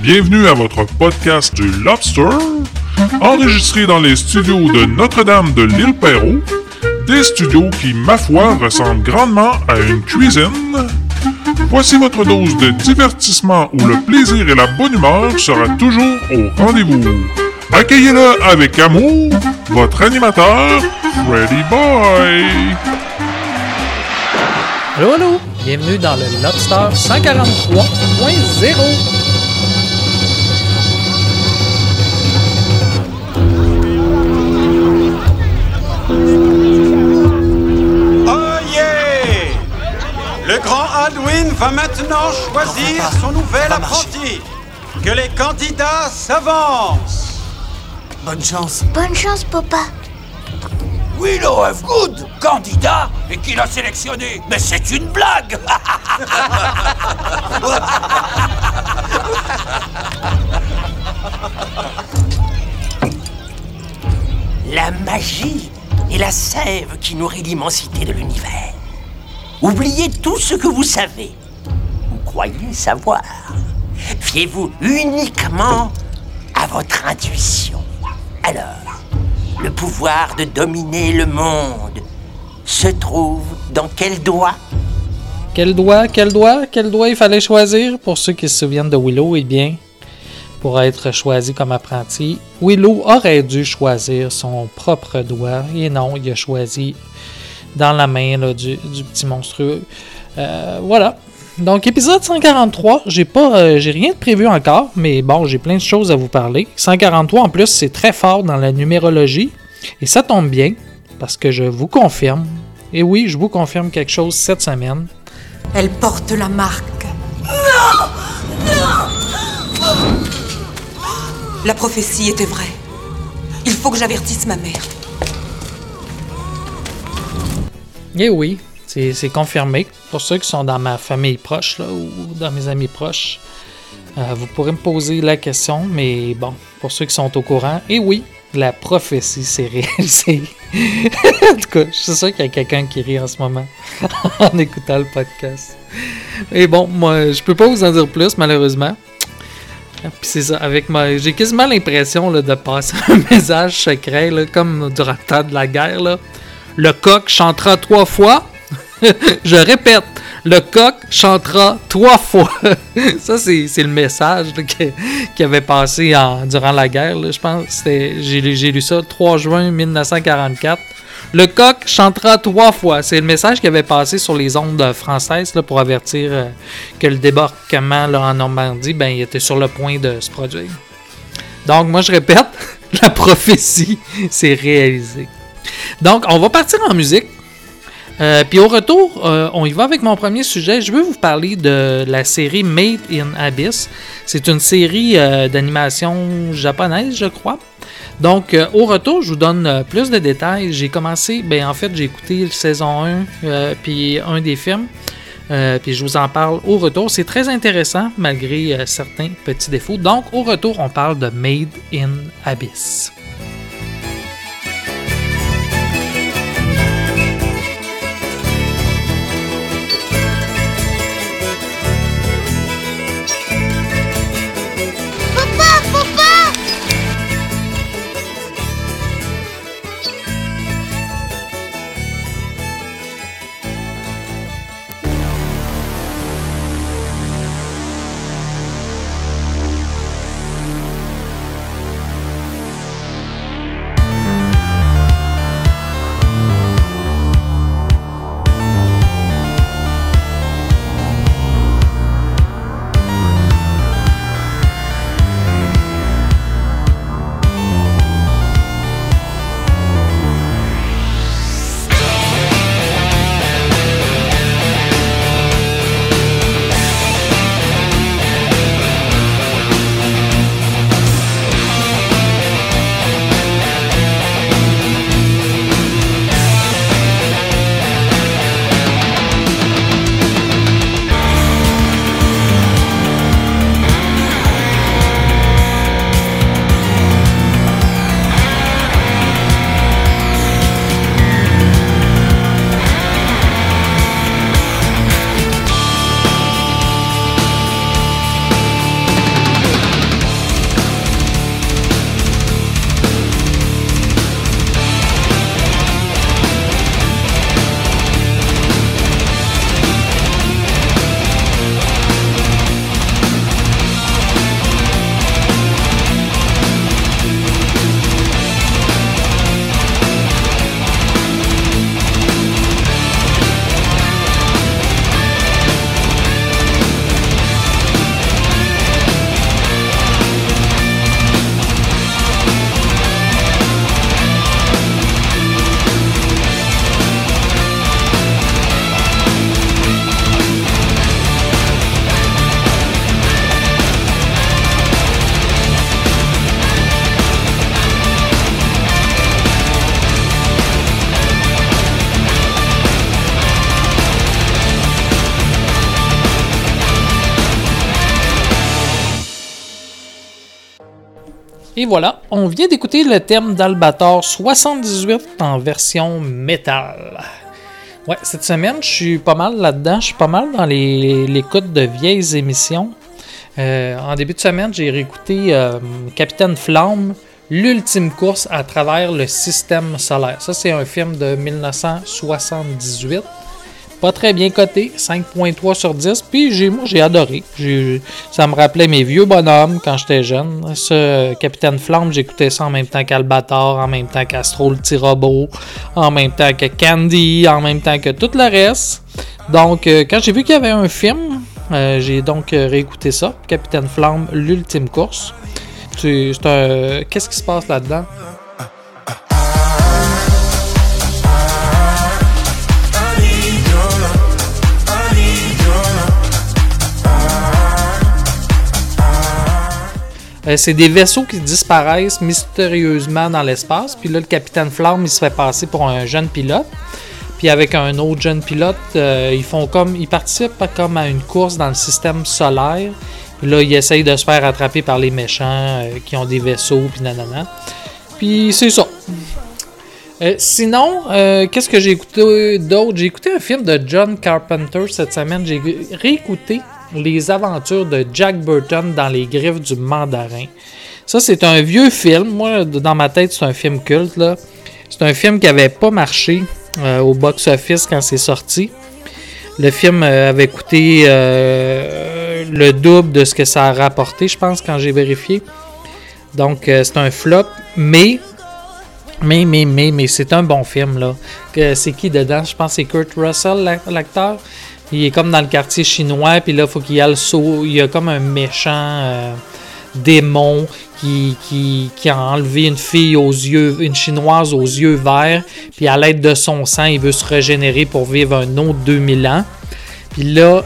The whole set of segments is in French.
Bienvenue à votre podcast du Lobster, enregistré dans les studios de Notre-Dame de l'Île-Perrot, des studios qui, ma foi, ressemblent grandement à une cuisine. Voici votre dose de divertissement où le plaisir et la bonne humeur sera toujours au rendez-vous. Accueillez-le avec amour, votre animateur, Freddy Boy. Allô, allô! Bienvenue dans le Lobster 143.0. Oh yeah! Le grand Halloween va maintenant choisir son nouvel apprenti. Que les candidats s'avancent. Bonne chance. Bonne chance, papa. Willow Good, candidat, et qui l'a sélectionné. Mais c'est une blague. La magie est la sève qui nourrit l'immensité de l'univers. Oubliez tout ce que vous savez. Vous croyez savoir. Fiez-vous uniquement à votre intuition. Alors, le pouvoir de dominer le monde se trouve dans quel doigt? Quel doigt il fallait choisir? Pour ceux qui se souviennent de Willow, eh bien, pour être choisi comme apprenti, Willow aurait dû choisir son propre doigt. Et non, il a choisi dans la main là, du petit monstrueux. Voilà. Donc, épisode 143, j'ai rien de prévu encore, mais bon, j'ai plein de choses à vous parler. 143, en plus, c'est très fort dans la numérologie, et ça tombe bien, parce que je vous confirme, et oui, je vous confirme quelque chose cette semaine. Elle porte la marque. La prophétie était vraie. Il faut que j'avertisse ma mère. Et oui, c'est confirmé. Pour ceux qui sont dans ma famille proche, là, ou dans mes amis proches, vous pourrez me poser la question, mais bon, pour ceux qui sont au courant, et oui, la prophétie s'est réalisée. En tout cas, je suis sûr qu'il y a quelqu'un qui rit en ce moment en écoutant le podcast. Et bon, moi, je peux pas vous en dire plus, malheureusement. Puis c'est ça, j'ai quasiment l'impression là, de passer un message secret, là, comme durant le temps de la guerre. Là. Le coq chantera 3 fois. Je répète, le coq chantera 3 fois. Ça, c'est le message là, qui avait passé durant la guerre. Là, je pense j'ai lu ça le 3 juin 1944. Le coq chantera 3 fois. C'est le message qui avait passé sur les ondes françaises là, pour avertir que le débarquement là, en Normandie, il était sur le point de se produire. Donc, moi, je répète, la prophétie s'est réalisée. Donc, on va partir en musique. Puis au retour, on y va avec mon premier sujet. Je veux vous parler de la série Made in Abyss. C'est une série d'animation japonaise, je crois. Donc, au retour, je vous donne plus de détails. J'ai commencé, en fait, j'ai écouté la saison 1, puis un des films. Puis je vous en parle au retour. C'est très intéressant, malgré certains petits défauts. Donc, au retour, on parle de Made in Abyss. Et voilà, on vient d'écouter le thème d'Albator 78 en version métal. Ouais, cette semaine, je suis pas mal là-dedans. Je suis pas mal dans l'écoute de vieilles émissions. En début de semaine, j'ai réécouté Capitaine Flamme, l'ultime course à travers le système solaire. Ça, c'est un film de 1978. Pas très bien coté, 5.3 sur 10. Puis moi, j'ai adoré. Ça me rappelait mes vieux bonhommes quand j'étais jeune. Ce Capitaine Flamme, j'écoutais ça en même temps qu'Albator, en même temps qu'Astro le petit robot, en même temps que Candy, en même temps que tout le reste. Donc, quand j'ai vu qu'il y avait un film, j'ai donc réécouté ça. Capitaine Flamme, l'ultime course. Qu'est-ce qui se passe là-dedans? C'est des vaisseaux qui disparaissent mystérieusement dans l'espace. Puis là, le Capitaine Flamme, il se fait passer pour un jeune pilote. Puis avec un autre jeune pilote, ils participent comme à une course dans le système solaire. Puis là, ils essayent de se faire rattraper par les méchants qui ont des vaisseaux, puis nanana. Puis c'est ça. Sinon, qu'est-ce que j'ai écouté d'autre? J'ai écouté un film de John Carpenter cette semaine. J'ai réécouté Les aventures de Jack Burton dans les griffes du mandarin. Ça, c'est un vieux film. Moi, dans ma tête, c'est un film culte, là. C'est un film qui n'avait pas marché au box-office quand c'est sorti. Le film avait coûté le double de ce que ça a rapporté, je pense, quand j'ai vérifié. Donc, c'est un flop. Mais c'est un bon film, là. C'est qui dedans? Je pense que c'est Kurt Russell, l'acteur. Il est comme dans le quartier chinois, puis là, il faut qu'il y ait le saut. Il y a comme un méchant démon qui a enlevé une fille une chinoise aux yeux verts, puis à l'aide de son sang, il veut se régénérer pour vivre un autre 2000 ans. Puis là,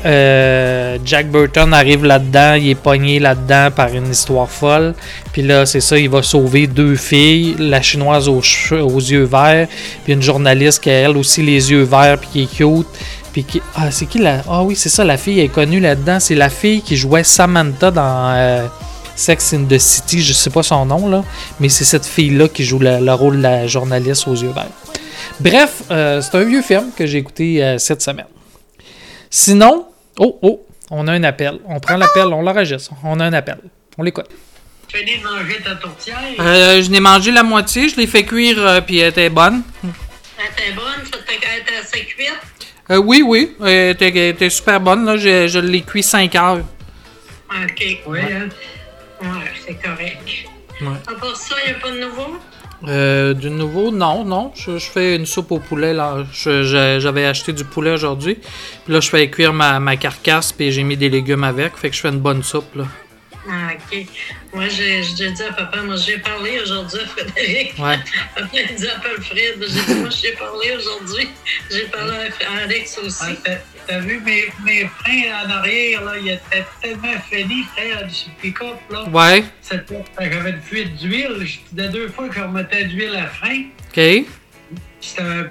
Jack Burton arrive là-dedans, il est pogné là-dedans par une histoire folle. Puis là, c'est ça, il va sauver 2 filles, la chinoise aux yeux verts, puis une journaliste qui a elle aussi les yeux verts, puis qui est cute. Puis c'est qui la... Ah oui, c'est ça, la fille est connue là-dedans. C'est la fille qui jouait Samantha dans Sex and the City, je sais pas son nom, là. Mais c'est cette fille-là qui joue le rôle de la journaliste aux yeux verts. Bref, c'est un vieux film que j'ai écouté cette semaine. Sinon... Oh, on a un appel. On prend l'appel, on l'enregistre. On a un appel. On l'écoute. Tu as fini de manger ta tourtière? Je n'ai mangé la moitié, je l'ai fait cuire, puis elle était bonne. Elle était bonne? Elle était assez cuite? Oui, elle était super bonne. Là. Je l'ai cuit 5 heures. OK, oui. Hein? Ouais, c'est correct. Ouais. À part ça, il n'y a pas de nouveau? Du nouveau, non. Je fais une soupe au poulet. Là. J'avais acheté du poulet aujourd'hui. Puis là, je fais cuire ma carcasse, puis j'ai mis des légumes avec. Fait que je fais une bonne soupe. Là. Ah, OK. Moi, j'ai dit à papa, j'ai parlé aujourd'hui à Frédéric. Ouais. Papa, il dit appelle Fred. J'ai dit, moi, j'ai parlé aujourd'hui. J'ai parlé à Alex aussi. Ah, t'as vu mes freins en arrière, là, ils étaient tellement finis, frère, du pick-up, là. Ouais. J'avais une fuite d'huile. C'était 2 fois que je remettais d'huile à frein. OK. C'était un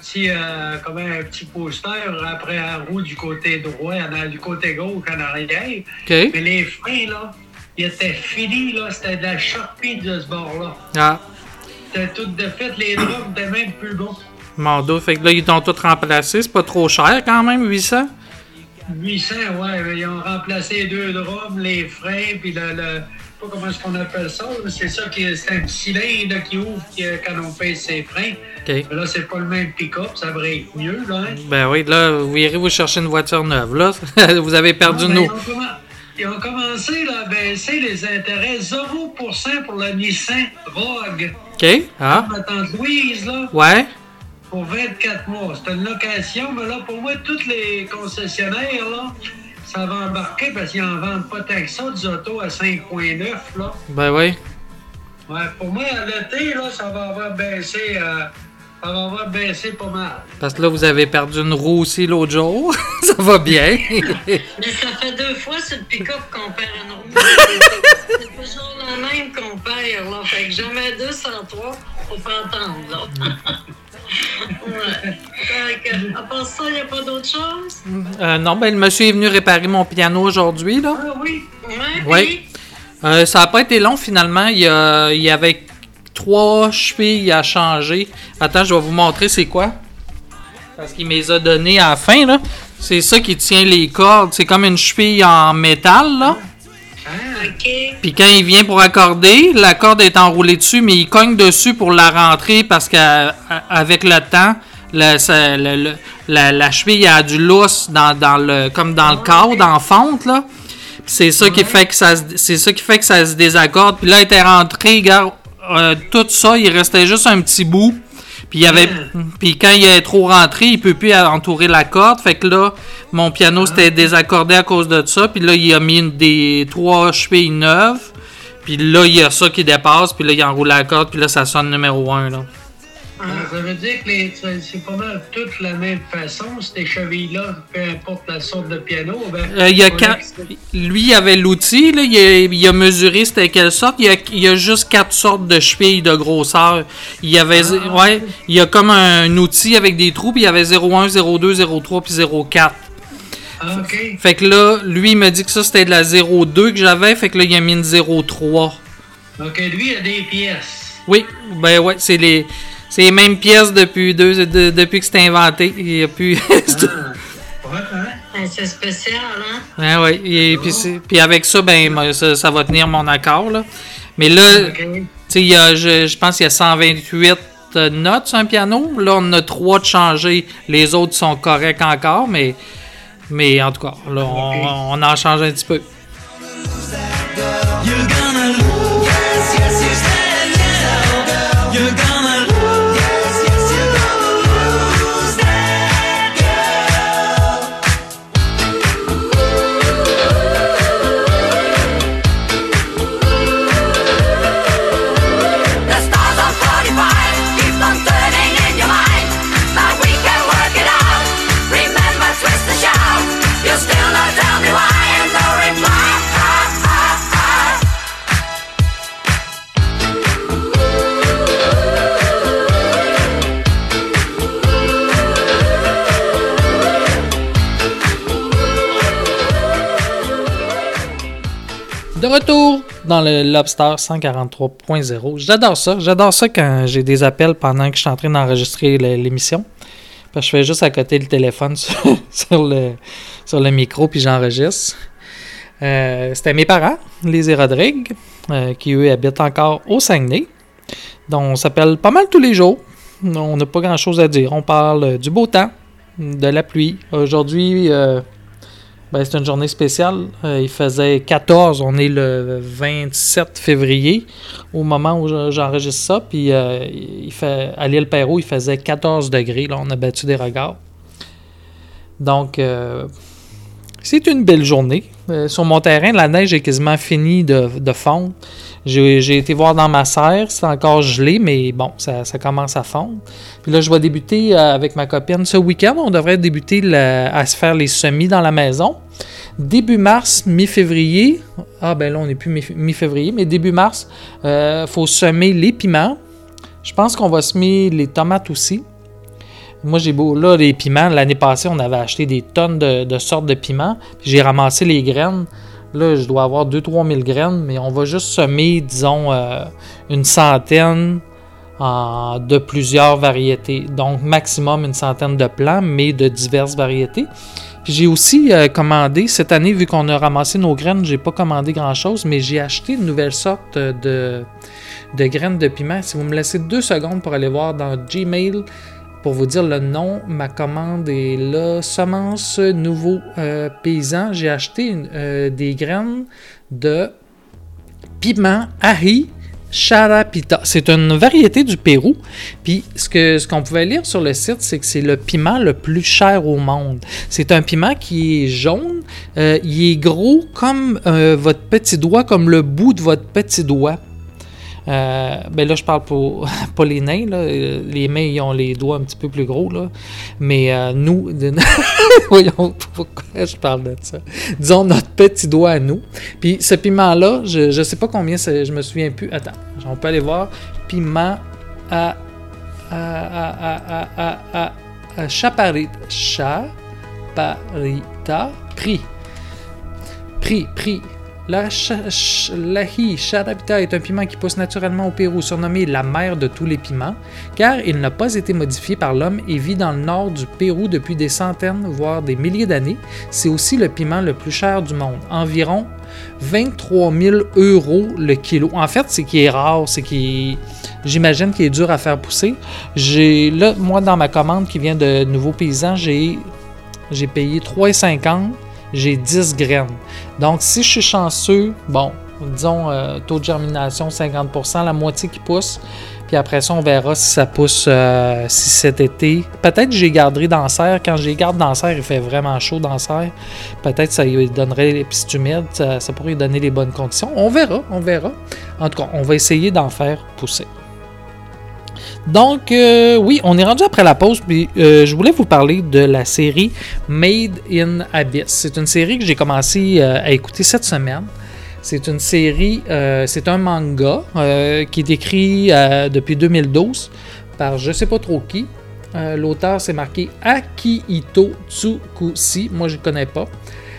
petit poster après la roue du côté droit, du côté gauche en arrière. OK. Mais les freins, là, ils étaient finis, là. C'était de la Sharpie de ce bord-là. Ah. C'était tout de fait, les drops étaient même plus bons. Mon dos, fait que là, ils t'ont tout remplacé. C'est pas trop cher quand même, 800? 800, ouais. Ils ont remplacé les 2 drums, les freins, puis je sais pas comment est-ce qu'on appelle ça. C'est ça c'est un petit cylindre là, qui ouvre quand on pèse ses freins. OK. Mais là, c'est pas le même pick-up, ça break mieux, là. Hein? Ben oui, là, vous irez vous chercher une voiture neuve, là. Vous avez perdu nous. Ils ont commencé là, à baisser les intérêts 0% pour la Nissan Rogue. OK. Ah. Ma tante Louise, là. Ouais. Pour 24 mois. C'est une location, mais là, pour moi, tous les concessionnaires, là, ça va embarquer parce qu'ils n'en vendent pas tant que ça, des autos à 5,9, là. Ben oui. Ouais, pour moi, à l'été, là, ça va avoir baissé pas mal. Parce que là, vous avez perdu une roue aussi l'autre jour. Ça va bien. Mais ça fait 2 fois sur le pick-up qu'on perd une roue. C'est toujours la même qu'on perd, là. Fait que jamais 2 sans 3, faut pas entendre, là. Ouais. À part ça, il n'y a pas d'autre chose? Non, ben le monsieur est venu réparer mon piano aujourd'hui, là. Ah oui? Oui. Ça n'a pas été long finalement. Il y avait 3 chevilles à changer. Attends, je vais vous montrer c'est quoi. Parce qu'il me les a données à la fin, là. C'est ça qui tient les cordes. C'est comme une cheville en métal, là. OK. Puis quand il vient pour accorder, la corde est enroulée dessus, mais il cogne dessus pour la rentrer parce qu'avec le temps, la cheville a du lousse comme dans le cadre, en fonte, là. C'est ça qui fait que ça se désaccorde. Puis là, il était rentré, regarde, tout ça, il restait juste un petit bout. Puis quand il est trop rentré, il peut plus entourer la corde. Fait que là, mon piano s'était désaccordé à cause de ça. Puis là, il a mis des 3 chevilles neuves. Puis là, il y a ça qui dépasse. Puis là, il enroule la corde. Puis là, ça sonne numéro 1, là. Ça veut dire que c'est pas mal toutes la même façon, ces chevilles-là, peu importe la sorte de piano. Lui, il avait l'outil, là, il a mesuré c'était quelle sorte. Il y a juste 4 sortes de chevilles de grosseur. Il y a comme un outil avec des trous, puis il y avait 0,1, 0,2, 0,3, puis 0,4. OK. Fait que là, lui, il m'a dit que ça, c'était de la 0,2 que j'avais, fait que là, il a mis une 0,3. OK, lui, il a des pièces. Oui, ben ouais, c'est les mêmes pièces depuis que c'était inventé. Il y a plus. C'est spécial, hein? Ouais. Et puis avec ça, ben ça va tenir mon accord, là. Mais là, tu sais, je pense qu'il y a 128 notes sur un piano. Là, on a 3 de changer. Les autres sont corrects encore, mais en tout cas, là, on en change un petit peu. De retour dans le Lobster 143.0. J'adore ça quand j'ai des appels pendant que je suis en train d'enregistrer l'émission. Parce que je fais juste à côté le téléphone sur le micro puis j'enregistre. C'était mes parents, Lise et Rodrigue, qui eux habitent encore au Saguenay. Donc on s'appelle pas mal tous les jours. On n'a pas grand chose à dire. On parle du beau temps, de la pluie. Aujourd'hui, c'est une journée spéciale. Il faisait 14, on est le 27 février au moment où j'enregistre ça. Puis à l'île Perrot, il faisait 14 degrés. Là, on a battu des regards. Donc, c'est une belle journée. Sur mon terrain, la neige est quasiment finie de fondre. J'ai été voir dans ma serre, c'est encore gelé, mais bon, ça commence à fondre. Puis là, je vais débuter avec ma copine ce week-end. On devrait débuter à se faire les semis dans la maison. Début mars, mi-février. Ah ben là, on n'est plus mi-février, mais début mars, faut semer les piments. Je pense qu'on va semer les tomates aussi. Moi, les piments, l'année passée, on avait acheté des tonnes de sortes de piments. Puis j'ai ramassé les graines. Là, je dois avoir 2-3 000 graines, mais on va juste semer, disons, une centaine de plusieurs variétés. Donc, maximum une centaine de plants, mais de diverses variétés. Puis j'ai aussi commandé, cette année, vu qu'on a ramassé nos graines, j'ai pas commandé grand-chose, mais j'ai acheté une nouvelle sorte de graines de piment. Si vous me laissez 2 secondes pour aller voir dans Gmail, pour vous dire le nom, ma commande est là. Semence Nouveau Paysan. J'ai acheté des graines de piment Ahi Charapita. C'est une variété du Pérou. Puis ce qu'on pouvait lire sur le site, c'est que c'est le piment le plus cher au monde. C'est un piment qui est jaune. Il est gros comme votre petit doigt, comme le bout de votre petit doigt. Là, je parle pour pas les nains, là. Les mains, ils ont les doigts un petit peu plus gros, là. Mais nous, voyons pourquoi je parle de ça. Disons notre petit doigt à nous. Puis ce piment-là, je sais pas combien, je me souviens plus. Attends, on peut aller voir. Piment à Chaparita. Chaparita. Prix. L'ají charapita est un piment qui pousse naturellement au Pérou, surnommé la mère de tous les piments, car il n'a pas été modifié par l'homme et vit dans le nord du Pérou depuis des centaines, voire des milliers d'années. C'est aussi le piment le plus cher du monde, environ 23 000 € le kilo. En fait, c'est qu'il est rare, j'imagine qu'il est dur à faire pousser. Là, moi, dans ma commande qui vient de Nouveaux Paysans, j'ai payé 3,50 $. J'ai 10 graines. Donc, si je suis chanceux, bon, disons, taux de germination 50%, la moitié qui pousse. Puis après ça, on verra si ça pousse si cet été. Peut-être que j'ai garderai dans la serre. Quand je les garde dans la serre, il fait vraiment chaud dans la serre. Peut-être que ça lui donnerait, puis c'est humide, ça pourrait lui donner les bonnes conditions. On verra. En tout cas, on va essayer d'en faire pousser. Donc, oui, on est rendu après la pause, puis je voulais vous parler de la série Made in Abyss. C'est une série que j'ai commencé à écouter cette semaine. C'est une série, c'est un manga qui est écrit depuis 2012 par je ne sais pas trop qui. L'auteur, c'est marqué Akihito Tsukushi. Moi, je ne connais pas.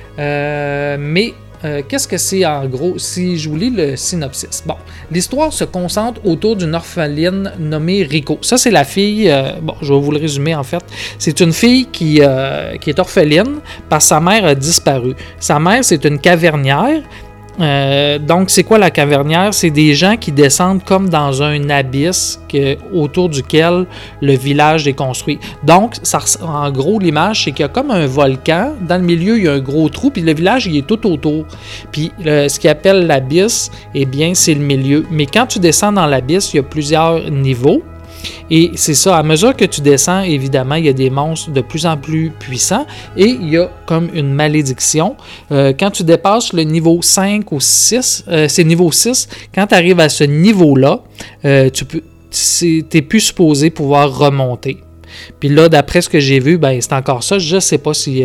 Mais qu'est-ce que c'est en gros si je vous lis le synopsis? Bon, l'histoire se concentre autour d'une orpheline nommée Riko. Ça, c'est la fille, bon, je vais vous le résumer en fait. C'est une fille qui est orpheline parce que sa mère a disparu. Sa mère, c'est une cavernière. Donc, c'est quoi la cavernière? C'est des gens qui descendent comme dans un abysse autour duquel le village est construit. Donc, en gros, l'image, c'est qu'il y a comme un volcan. Dans le milieu, il y a un gros trou, puis le village, il est tout autour. Puis, ce qu'ils appellent l'abysse, eh bien, c'est le milieu. Mais quand tu descends dans l'abysse, il y a plusieurs niveaux. Et c'est ça, à mesure que tu descends, évidemment, il y a des monstres de plus en plus puissants et il y a comme une malédiction. Quand tu dépasses le niveau 5 ou 6, c'est niveau 6, quand tu arrives à ce niveau-là, tu n'es plus supposé pouvoir remonter. Puis là, d'après ce que j'ai vu, ben, c'est encore ça. Je ne sais pas si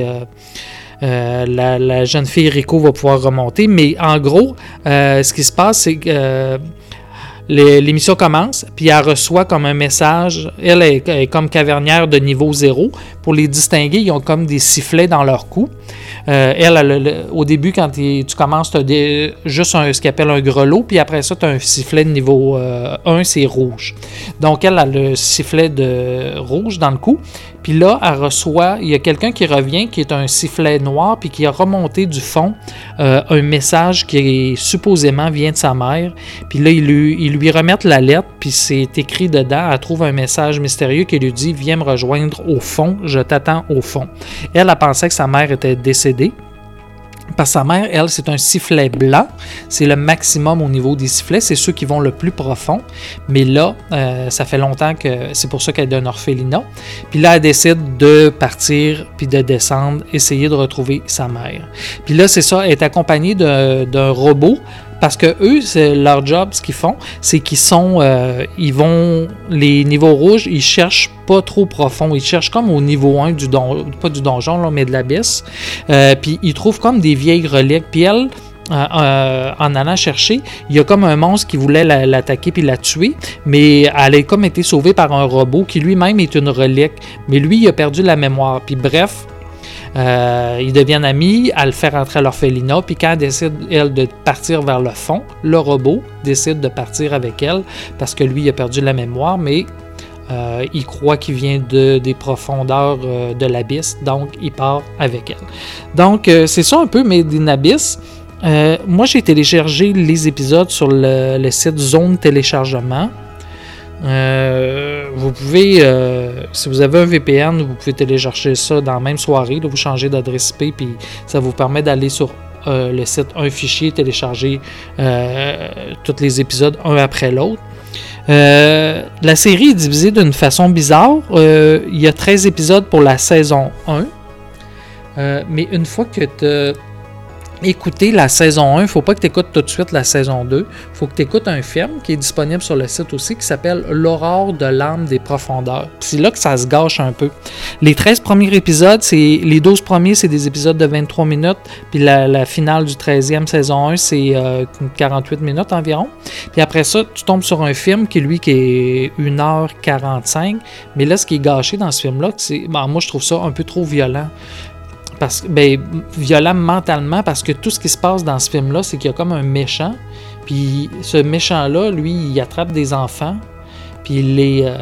la jeune fille Riko va pouvoir remonter, mais en gros, ce qui se passe, c'est que l'émission commence, puis elle reçoit comme un message. Elle est comme cavernière de niveau 0. Pour les distinguer, ils ont comme des sifflets dans leur cou. Au début, quand tu commences, tu as juste ce qu'on appelle un grelot, puis après ça, tu as un sifflet de niveau 1, c'est rouge. Donc, elle a le sifflet de rouge dans le cou. Puis là, elle reçoit, il y a quelqu'un qui revient, qui est un sifflet noir, puis qui a remonté du fond un message qui supposément vient de sa mère. Puis là, ils lui remettent la lettre, puis c'est écrit dedans. Elle trouve un message mystérieux qui lui dit « Viens me rejoindre au fond, je t'attends au fond ». Elle pensait que sa mère était décédée. Parce que sa mère, elle, c'est un sifflet blanc. C'est le maximum au niveau des sifflets. C'est ceux qui vont le plus profond. Mais là, ça fait longtemps que c'est pour ça qu'elle est d'un orphelinat. Puis là, elle décide de partir puis de descendre, essayer de retrouver sa mère. Puis là, c'est ça, elle est accompagnée d'un robot. Parce que eux, c'est leur job, ce qu'ils font, c'est qu'ils vont, les niveaux rouges, ils cherchent pas trop profond. Ils cherchent comme au niveau 1 pas du donjon, là, mais de l'abysse. Puis ils trouvent comme des vieilles reliques. Puis elle, en allant chercher, il y a comme un monstre qui voulait l'attaquer puis la tuer, mais elle a comme été sauvée par un robot qui lui-même est une relique. Mais lui, il a perdu la mémoire. Puis bref, ils deviennent amis, elle le fait rentrer à l'orphelinat, puis quand elle décide, elle, de partir vers le fond, le robot décide de partir avec elle, parce que lui, il a perdu la mémoire, mais il croit qu'il vient des profondeurs de l'abysse, donc il part avec elle. Donc, c'est ça un peu Made in Abyss. Moi, j'ai téléchargé les épisodes sur le site Zone Téléchargement. Vous pouvez, si vous avez un VPN, vous pouvez télécharger ça dans la même soirée. Là, vous changez d'adresse IP, puis ça vous permet d'aller sur le site un fichier, télécharger tous les épisodes un après l'autre. La série est divisée d'une façon bizarre. Il y a 13 épisodes pour la saison 1. Mais une fois que tu as écouté la saison 1, il ne faut pas que tu écoutes tout de suite la saison 2. Il faut que tu écoutes un film qui est disponible sur le site aussi, qui s'appelle L'aurore de l'âme des profondeurs. Puis c'est là que ça se gâche un peu. Les 13 premiers épisodes, les 12 premiers, c'est des épisodes de 23 minutes. Puis la finale du 13e saison 1, c'est 48 minutes environ. Puis après ça, tu tombes sur un film qui est 1h45. Mais là, ce qui est gâché dans ce film-là, moi, je trouve ça un peu trop violent. violent mentalement, parce que tout ce qui se passe dans ce film-là, c'est qu'il y a comme un méchant, puis ce méchant-là, lui, il attrape des enfants, puis il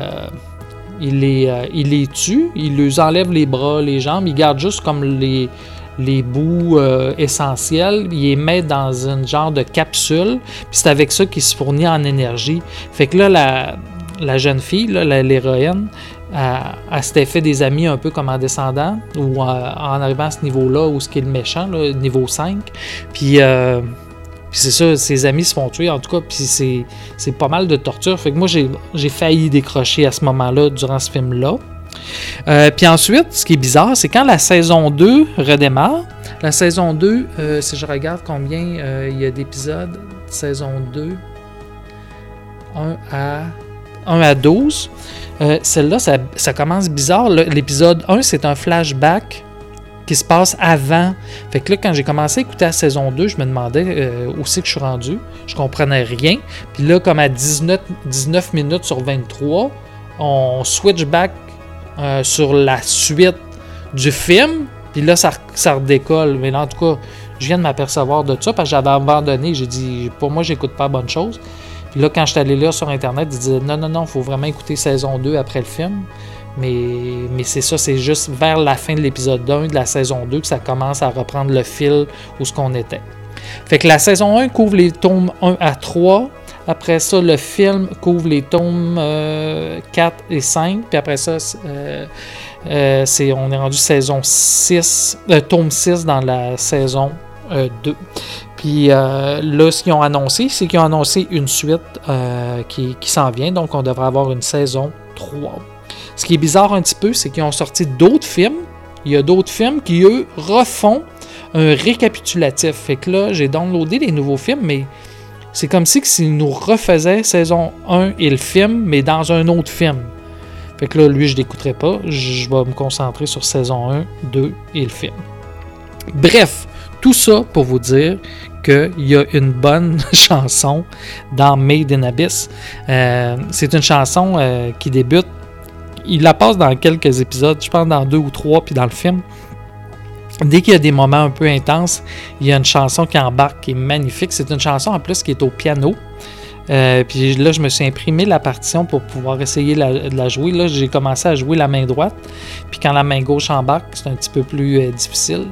les tue, il leur enlève les bras, les jambes, il garde juste comme les bouts essentiels, il les met dans une genre de capsule, puis c'est avec ça qu'il se fournit en énergie. Fait que là, la jeune fille, là, l'héroïne, elle s'était fait des amis un peu comme en descendant, ou en arrivant à ce niveau-là, où ce qui est le méchant, là, niveau 5. Puis c'est ça, ses amis se font tuer, en tout cas, puis c'est pas mal de torture. Fait que moi, j'ai failli décrocher à ce moment-là, durant ce film-là. Puis ensuite, ce qui est bizarre, c'est quand la saison 2 redémarre. La saison 2, si je regarde combien il y a d'épisodes, saison 2, 1 à 12. Celle-là, ça commence bizarre. L'épisode 1, c'est un flashback qui se passe avant. Fait que là, quand j'ai commencé à écouter la saison 2, je me demandais où c'est que je suis rendu. Je comprenais rien. Puis là, comme à 19 minutes sur 23, on switch back sur la suite du film. Puis là, ça redécolle. Mais là, en tout cas, je viens de m'apercevoir de ça parce que j'avais abandonné. J'ai dit, pour moi, j'écoute pas bonne chose. Puis là, quand je suis allé là sur Internet, ils disaient non, il faut vraiment écouter saison 2 après le film. Mais c'est ça, c'est juste vers la fin de l'épisode 1 de la saison 2 que ça commence à reprendre le fil où ce qu'on était. Fait que la saison 1 couvre les tomes 1 à 3. Après ça, le film couvre les tomes 4 et 5. Puis après ça, on est rendu saison 6, tome 6 dans la saison 2. Puis là, ce qu'ils ont annoncé, c'est qu'ils ont annoncé une suite qui s'en vient. Donc, on devrait avoir une saison 3. Ce qui est bizarre un petit peu, c'est qu'ils ont sorti d'autres films. Il y a d'autres films qui, eux, refont un récapitulatif. Fait que là, j'ai downloadé les nouveaux films, mais c'est comme si s'ils nous refaisaient saison 1 et le film, mais dans un autre film. Fait que là, lui, je ne l'écouterai pas. Je vais me concentrer sur saison 1, 2 et le film. Bref, tout ça pour vous dire qu'il y a une bonne chanson dans Made in Abyss. C'est une chanson qui débute. Il la passe dans quelques épisodes, je pense dans 2 ou 3, puis dans le film. Dès qu'il y a des moments un peu intenses, il y a une chanson qui embarque, qui est magnifique. C'est une chanson en plus qui est au piano. Puis là, je me suis imprimé la partition pour pouvoir essayer de la jouer. Là, j'ai commencé à jouer la main droite. Puis quand la main gauche embarque, c'est un petit peu plus difficile.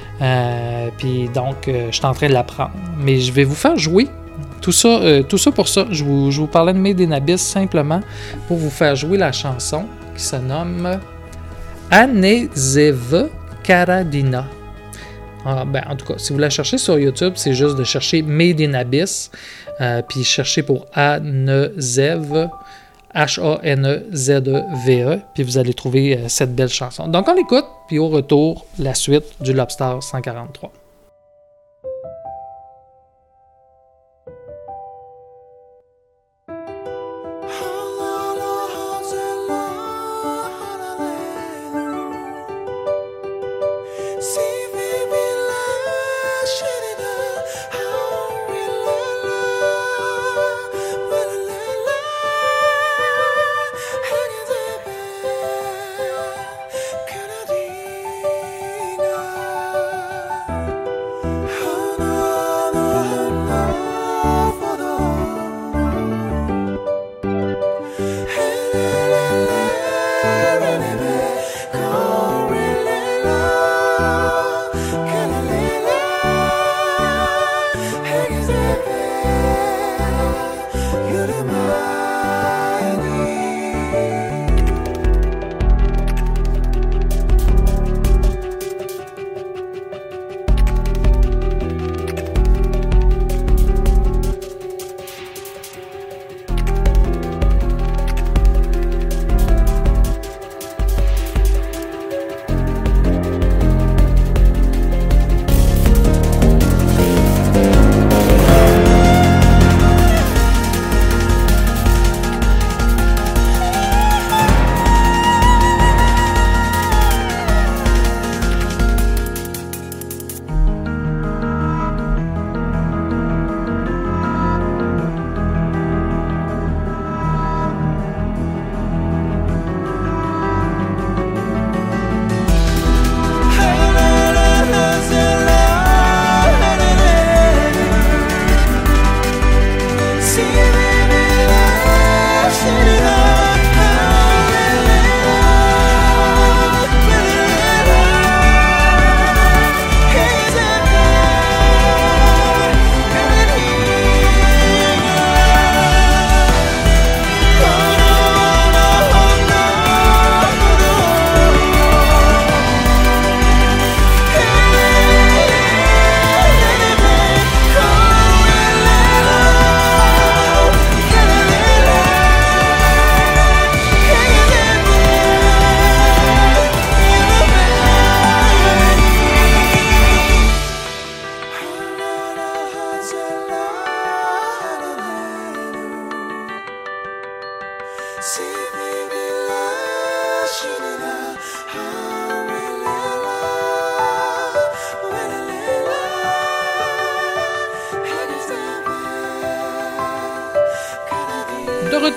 Puis donc, je suis en train de l'apprendre. Mais je vais vous faire jouer tout ça pour ça. Je vous parlais de Made in Abyss simplement pour vous faire jouer la chanson qui se nomme Anezeva Karadina. En tout cas, si vous la cherchez sur YouTube, c'est juste de chercher Made in Abyss, puis chercher pour Hanezev, Hanezeve, puis vous allez trouver cette belle chanson. Donc on l'écoute, puis au retour, la suite du Lobster 143.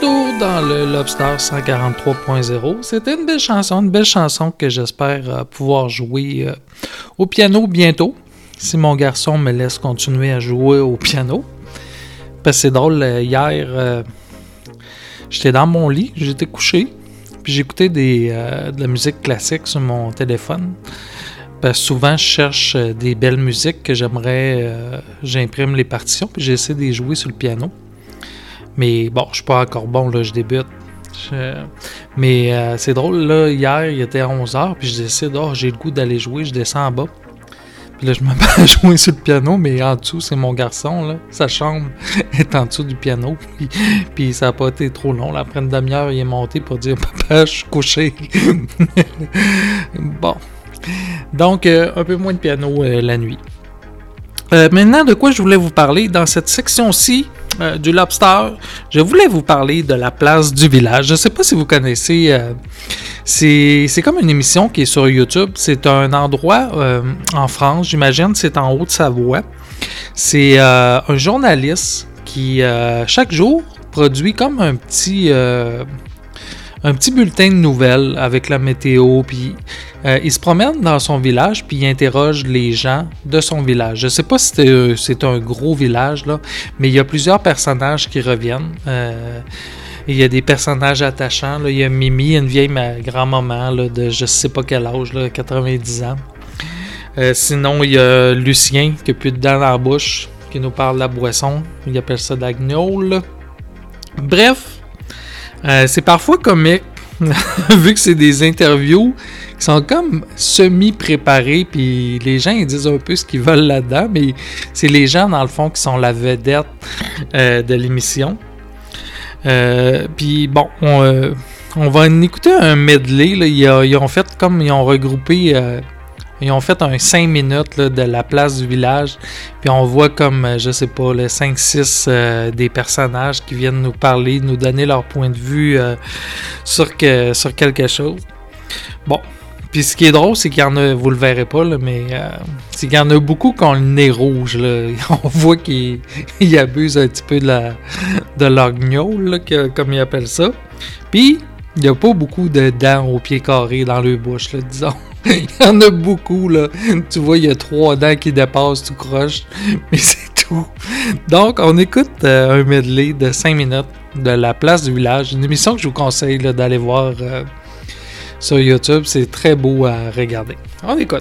retour dans le Lobster 143.0. C'était une belle chanson que j'espère pouvoir jouer au piano bientôt, si mon garçon me laisse continuer à jouer au piano. Parce que c'est drôle, hier, j'étais dans mon lit, j'étais couché, puis j'écoutais de la musique classique sur mon téléphone. Parce que souvent, je cherche des belles musiques que j'imprime les partitions, puis j'essaie de les jouer sur le piano. Mais bon, je suis pas encore bon, là, je débute. Mais c'est drôle, là, hier, il était 11h, puis je décide, j'ai le goût d'aller jouer, je descends en bas. Puis là, je me mets à jouer sur le piano, mais en dessous, c'est mon garçon, là. Sa chambre est en dessous du piano, puis ça n'a pas été trop long. Là. Après une demi-heure, il est monté pour dire « Papa, je suis couché. » Bon. Donc, un peu moins de piano la nuit. Maintenant, de quoi je voulais vous parler dans cette section-ci du Lobster, je voulais vous parler de la place du village. Je ne sais pas si vous connaissez, c'est comme une émission qui est sur YouTube. C'est un endroit en France, j'imagine, c'est en Haute-Savoie. C'est un journaliste qui, chaque jour, produit comme un petit bulletin de nouvelles avec la météo, puis il se promène dans son village, puis il interroge les gens de son village. Je ne sais pas si c'est un gros village, là, mais il y a plusieurs personnages qui reviennent. Il y a des personnages attachants. Là. Il y a Mimi, une vieille grand-maman là, de je ne sais pas quel âge, là, 90 ans. Sinon, il y a Lucien, qui n'a plus de dents dans la bouche, qui nous parle de la boisson. Il appelle ça de la gnôle. Bref, c'est parfois comique, vu que c'est des interviews qui sont comme semi-préparées, puis les gens ils disent un peu ce qu'ils veulent là-dedans, mais c'est les gens, dans le fond, qui sont la vedette de l'émission. Puis bon, on va en écouter un medley. Là. Ils ont fait comme ils ont regroupé... ils ont fait un 5 minutes là, de la place du village. Puis on voit comme, je sais pas, les 5-6 des personnages qui viennent nous parler, nous donner leur point de vue sur quelque chose. Bon. Puis ce qui est drôle, c'est qu'il y en a, vous le verrez pas, là, mais c'est qu'il y en a beaucoup qui ont le nez rouge. Là. On voit qu'ils abusent un petit peu de leur gnôle, là, comme ils appellent ça. Puis, il n'y a pas beaucoup de dents au pied carré dans leur bouche, là, disons. Il y en a beaucoup, là. Tu vois, il y a 3 dents qui dépassent tout croche, mais c'est tout. Donc, on écoute un medley de 5 minutes de la place du village. Une émission que je vous conseille là, d'aller voir sur YouTube. C'est très beau à regarder. On écoute.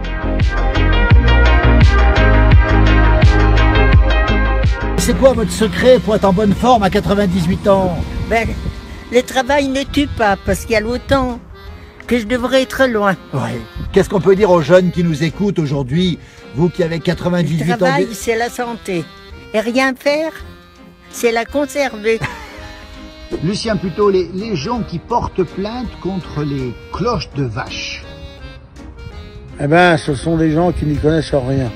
C'est quoi votre secret pour être en bonne forme à 98 ans? Ben, le travail ne tue pas, parce qu'il y a longtemps que je devrais être loin. Ouais. Qu'est-ce qu'on peut dire aux jeunes qui nous écoutent aujourd'hui, vous qui avez 98 ans? Le travail, c'est la santé. Et rien faire, c'est la conserver. Lucien, plutôt les gens qui portent plainte contre les cloches de vache. Eh ben, ce sont des gens qui n'y connaissent rien.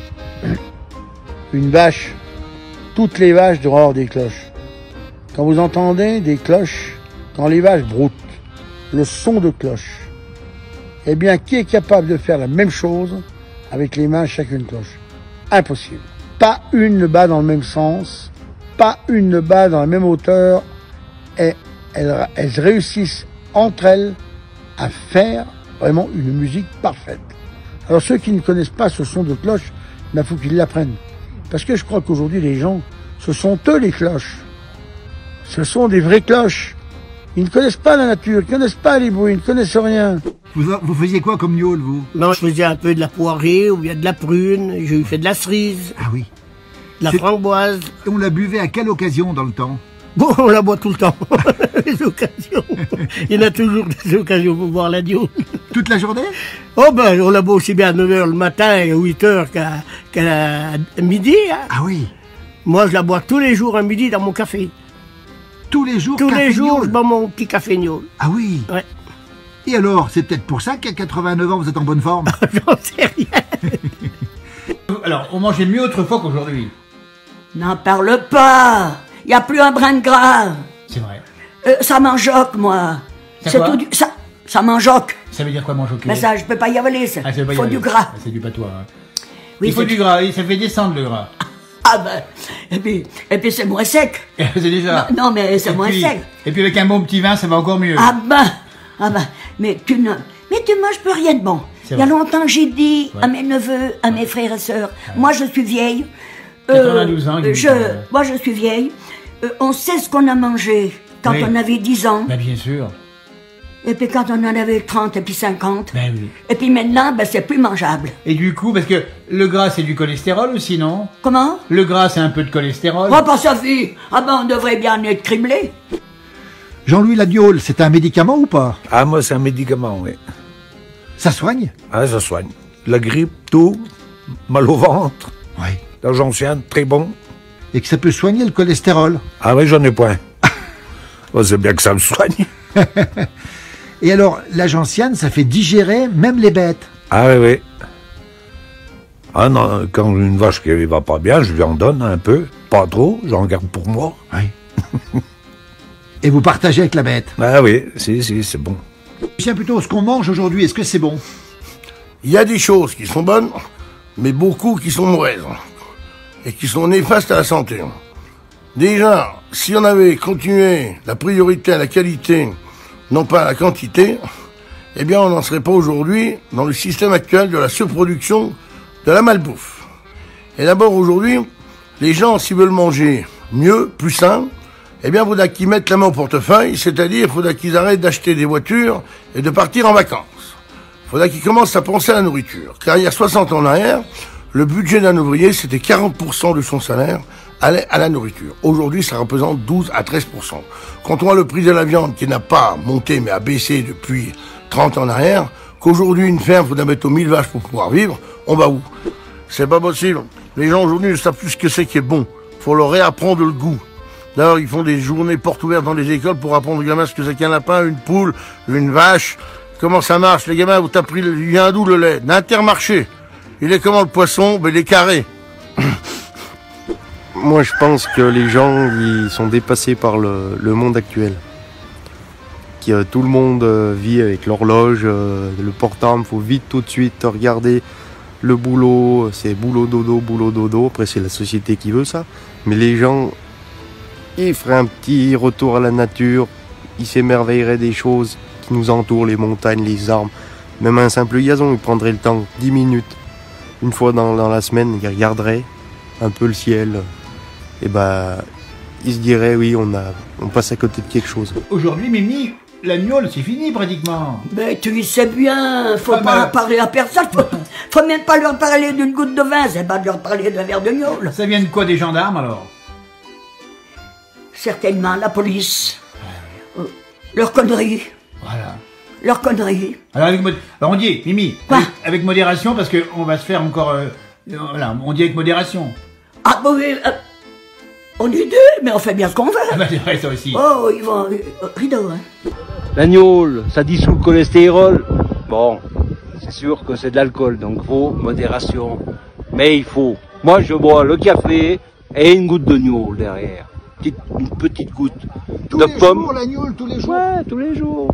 Une vache, toutes les vaches doivent avoir des cloches. Quand vous entendez des cloches, quand les vaches broutent, le son de cloche, eh bien, qui est capable de faire la même chose avec les mains à chacune cloche? Impossible. Pas une ne bat dans le même sens, pas une ne bat dans la même hauteur, et elles réussissent entre elles à faire vraiment une musique parfaite. Alors ceux qui ne connaissent pas ce son de cloche, il faut qu'ils l'apprennent. Parce que je crois qu'aujourd'hui les gens, ce sont eux les cloches. Ce sont des vraies cloches. Ils ne connaissent pas la nature, ils ne connaissent pas les bruits, ils ne connaissent rien. Vous faisiez quoi comme gnôle, vous? Non, je faisais un peu de la poirée, ou bien de la prune, j'ai fait de la cerise, Ah oui. de la framboise. On la buvait à quelle occasion dans le temps? Bon, on la boit tout le temps, les occasions. Il y en a toujours des occasions pour boire la gnôle. Toute la journée? Oh ben, on la boit aussi bien à 9h le matin et à 8h qu'à midi. Hein. Ah oui. Moi, je la bois tous les jours à midi dans mon café. Tous les jours? Tous les jours, gnôle. je bois mon petit café gnôle. Ah oui. Ouais. Et alors, c'est peut-être pour ça qu'à 89 ans, vous êtes en bonne forme? J'en sais rien. Alors, on mangeait mieux autrefois qu'aujourd'hui. N'en parle pas. Il n'y a plus un brin de gras. C'est vrai. Ça m'enjoque, moi. C'est quoi tout ça m'enjoque. Ça veut dire quoi, manger au Mais ça, je peux pas y avaler, ça. Ah, ça veut pas y Faut aller. du gras. Ah, c'est du patois. Hein. Oui, Il faut c'est du gras, ça fait descendre le gras. Ah ben, et puis c'est moins sec. C'est déjà. Non, mais c'est moins sec. Et puis avec un bon petit vin, ça va encore mieux. Ah ben, mais tu manges plus rien de bon. Il y a longtemps que j'ai dit à mes neveux, à mes frères et sœurs, moi je suis vieille. 92 ans. Moi je suis vieille. On sait ce qu'on a mangé quand on avait 10 ans. Ben bien sûr. Et puis quand on en avait 30 et puis 50. Ben oui. Et puis maintenant, c'est plus mangeable. Et du coup, parce que le gras, c'est du cholestérol aussi, non? Comment? Le gras, c'est un peu de cholestérol. Oh, pas Sophie! Ah ben, on devrait bien être criblé. Jean-Louis Ladiol, c'est un médicament ou pas? Ah, moi, c'est un médicament, oui. Ça soigne? Ah, ça soigne. La grippe, tout, mal au ventre. Oui. La gentiane, très bon. Et que ça peut soigner le cholestérol? Ah oui, j'en ai point. Oh, c'est bien que ça me soigne. Et alors, la gentiane, ça fait digérer même les bêtes? Ah oui, oui. Ah non, quand une vache qui va pas bien, je lui en donne un peu. Pas trop, j'en garde pour moi. Oui. Et vous partagez avec la bête? Ah oui, si, c'est bon. Tiens, plutôt, ce qu'on mange aujourd'hui, est-ce que c'est bon? Il y a des choses qui sont bonnes, mais beaucoup qui sont mauvaises. Et qui sont néfastes à la santé. Déjà, si on avait continué la priorité à la qualité, non pas à la quantité, eh bien on n'en serait pas aujourd'hui dans le système actuel de la surproduction de la malbouffe. Et d'abord aujourd'hui, les gens s'ils veulent manger mieux, plus sain, eh bien il faudra qu'ils mettent la main au portefeuille, c'est-à-dire il faudra qu'ils arrêtent d'acheter des voitures et de partir en vacances. Il faudra qu'ils commencent à penser à la nourriture. Car il y a 60 ans en arrière, le budget d'un ouvrier, c'était 40% de son salaire allait à la nourriture. Aujourd'hui, ça représente 12 à 13%. Quand on voit le prix de la viande qui n'a pas monté mais a baissé depuis 30 ans en arrière, qu'aujourd'hui une ferme faudra mettre aux 1000 vaches pour pouvoir vivre, on va où? C'est pas possible. Les gens aujourd'hui ne savent plus ce que c'est qui est bon. Faut leur réapprendre le goût. D'ailleurs, ils font des journées portes ouvertes dans les écoles pour apprendre aux gamins ce que c'est qu'un lapin, une poule, une vache. Comment ça marche? Les gamins, vous t'as pris, il vient d'où le lait? D'Intermarché. Il est comment le poisson? Ben, il est carré. Moi, je pense que les gens, ils sont dépassés par le monde actuel. Tout le monde vit avec l'horloge, le portable, faut vite tout de suite regarder le boulot, c'est boulot dodo. Après, c'est la société qui veut ça. Mais les gens, ils feraient un petit retour à la nature, ils s'émerveilleraient des choses qui nous entourent, les montagnes, les arbres. Même un simple gazon, ils prendraient le temps, 10 minutes, une fois dans la semaine, ils regarderaient un peu le ciel. Et ils se diraient, oui, on passe à côté de quelque chose. Aujourd'hui, Mimi, la gnôle, c'est fini pratiquement. Mais tu sais bien, faut pas parler à personne, faut même pas leur parler d'une goutte de vin, c'est pas de leur parler d'un verre de gnôle. Ça vient de quoi, des gendarmes alors? Certainement la police. Leurs conneries. Voilà. Leurs conneries. Alors, on dit, Mimi, avec modération, parce qu'on va se faire encore... voilà, on dit avec modération. Ah bon, oui, on est deux, mais on fait bien ce qu'on veut. Ah bah c'est vrai, ça aussi. Oh, ils vont... rideau, hein. La gnôle, ça dissout le cholestérol. Bon, c'est sûr que c'est de l'alcool, donc faut modération. Mais il faut. Moi, je bois le café et une goutte de gnôle derrière. Une petite goutte tous de les pomme. Jours, la gnôle, tous les jours? Ouais, tous les jours.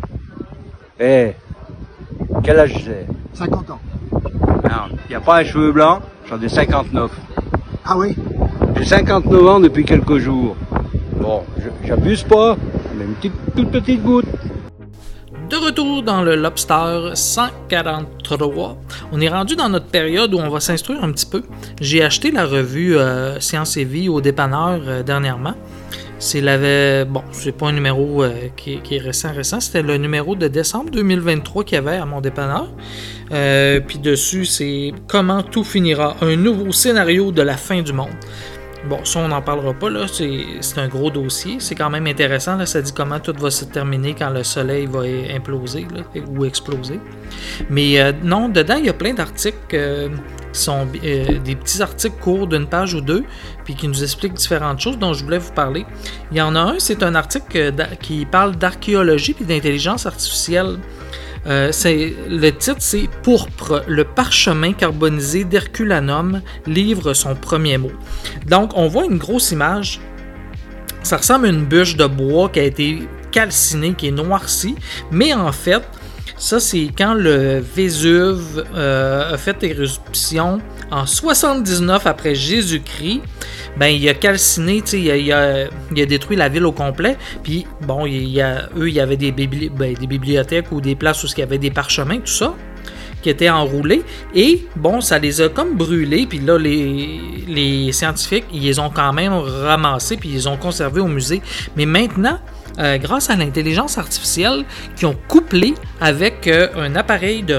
Quel âge j'ai? 50 ans. Non, il n'y a pas un cheveu blanc, j'en ai 59. Ah oui? J'ai 59 ans depuis quelques jours. Bon, j'abuse pas, mais une toute petite goutte. De retour dans le Lobster 143, on est rendu dans notre période où on va s'instruire un petit peu. J'ai acheté la revue Science et Vie au dépanneur dernièrement. C'est pas un numéro qui est récent, c'était le numéro de décembre 2023 qu'il y avait à mon dépanneur. Puis dessus, c'est Comment tout finira, un nouveau scénario de la fin du monde. Bon, ça, on n'en parlera pas, là. C'est un gros dossier. C'est quand même intéressant, là. Ça dit comment tout va se terminer quand le soleil va imploser, là, ou exploser. Mais non, dedans, il y a plein d'articles qui sont des petits articles courts d'une page ou deux, puis qui nous expliquent différentes choses dont je voulais vous parler. Il y en a un, c'est un article qui parle d'archéologie et d'intelligence artificielle. Le titre, c'est « Pourpre, le parchemin carbonisé d'Herculanum livre son premier mot ». Donc, on voit une grosse image. Ça ressemble à une bûche de bois qui a été calcinée, qui est noircie, mais en fait, Ça, c'est quand le Vésuve a fait éruption en 79 après Jésus-Christ. Ben, il a calciné, il a détruit la ville au complet. Puis, bon, il y avait des bibliothèques ou des places où il y avait des parchemins, tout ça, qui étaient enroulés. Et, bon, ça les a comme brûlés. Puis là, les scientifiques, ils les ont quand même ramassés, puis ils les ont conservés au musée. Mais maintenant, grâce à l'intelligence artificielle qui ont couplé avec un appareil de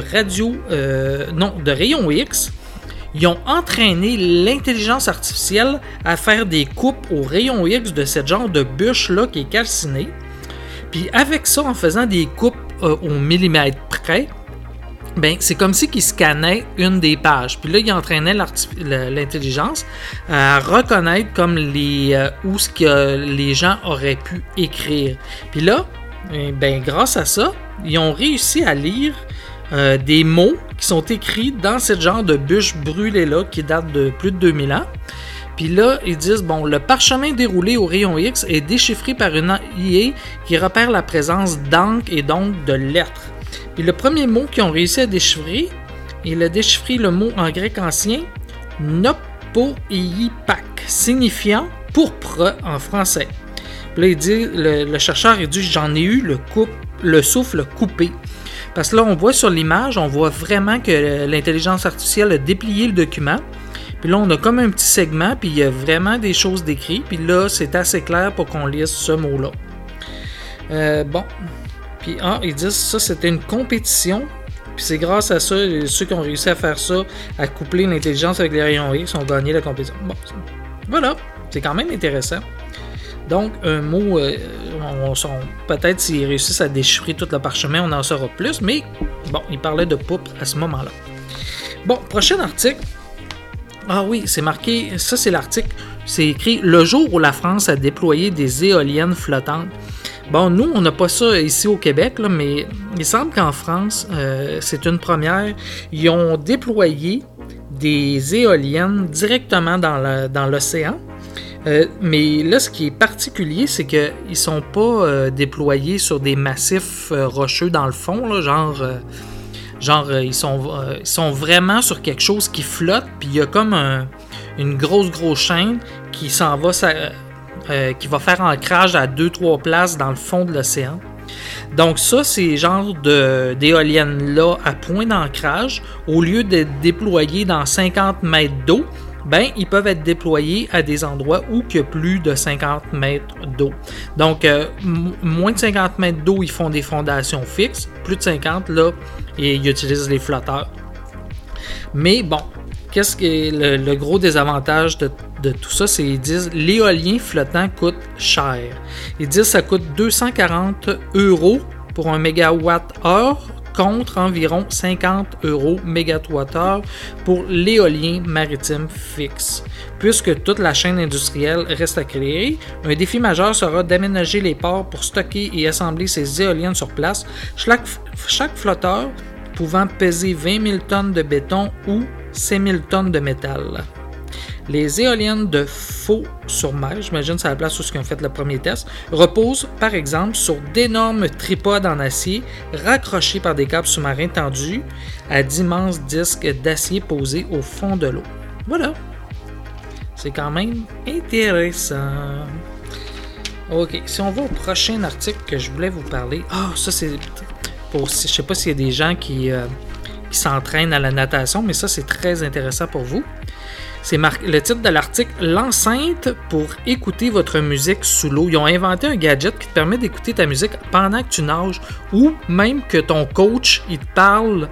de rayons X, ils ont entraîné l'intelligence artificielle à faire des coupes aux rayons X de ce genre de bûche-là qui est calcinée. Puis avec ça, en faisant des coupes au millimètre près, ben, c'est comme si ils scannaient une des pages. Puis là, ils entraînaient l'intelligence à reconnaître comme où ce que les gens auraient pu écrire. Puis là, ben, grâce à ça, ils ont réussi à lire des mots qui sont écrits dans ce genre de bûche brûlée-là qui date de plus de 2000 ans. Puis là, ils disent, bon, le parchemin déroulé au rayon X est déchiffré par une IA qui repère la présence d'encre et donc de lettres. Puis le premier mot qu'ils ont réussi à déchiffrer, il a déchiffré le mot en grec ancien Nopoipak, signifiant pourpre en français. Puis là, il dit, le chercheur a dit, j'en ai eu le souffle coupé. Parce que là, on voit sur l'image, on voit vraiment que l'intelligence artificielle a déplié le document. Puis là, on a comme un petit segment, puis il y a vraiment des choses décrites. Puis là, c'est assez clair pour qu'on lise ce mot-là. Bon. Puis, ils disent ça, c'était une compétition. Puis c'est grâce à ça, ceux qui ont réussi à faire ça, à coupler l'intelligence avec les rayons X, ont gagné la compétition. Bon, voilà. C'est quand même intéressant. Donc, un mot, peut-être s'ils réussissent à déchiffrer tout le parchemin, on en saura plus, mais bon, ils parlaient de pourpre à ce moment-là. Bon, prochain article. Ah oui, c'est marqué, ça c'est l'article, c'est écrit « Le jour où la France a déployé des éoliennes flottantes ». Bon, nous, on n'a pas ça ici au Québec, là, mais il semble qu'en France, c'est une première. Ils ont déployé des éoliennes directement dans l'océan. Mais là, ce qui est particulier, c'est qu'ils ne sont pas déployés sur des massifs rocheux dans le fond, là, ils sont vraiment sur quelque chose qui flotte, puis il y a comme une grosse chaîne qui s'en va, qui va faire ancrage à 2-3 places dans le fond de l'océan. Donc ça, ces genres d'éoliennes-là à point d'ancrage, au lieu d'être déployés dans 50 mètres d'eau, ben, ils peuvent être déployés à des endroits où il y a plus de 50 mètres d'eau. Donc, moins de 50 mètres d'eau, ils font des fondations fixes. Plus de 50, là, ils utilisent les flotteurs. Mais bon, qu'est-ce qui est le gros désavantage de tout ça? C'est qu'ils disent l'éolien flottant coûte cher. Ils disent que ça coûte 240 € pour un mégawatt-heure, contre environ 50 € mégawattheure pour l'éolien maritime fixe. Puisque toute la chaîne industrielle reste à créer, un défi majeur sera d'aménager les ports pour stocker et assembler ces éoliennes sur place, chaque flotteur pouvant peser 20 000 tonnes de béton ou 6 000 tonnes de métal. Les éoliennes de Fos-sur-Mer, j'imagine c'est la place où ils ont fait le premier test, reposent par exemple sur d'énormes tripodes en acier raccrochés par des câbles sous-marins tendus à d'immenses disques d'acier posés au fond de l'eau. Voilà. C'est quand même intéressant. Ok, si on va au prochain article que je voulais vous parler. Ça c'est pour, je sais pas s'il y a des gens qui s'entraînent à la natation, mais ça c'est très intéressant pour vous. C'est le titre de l'article « L'enceinte pour écouter votre musique sous l'eau ». Ils ont inventé un gadget qui te permet d'écouter ta musique pendant que tu nages ou même que ton coach il te parle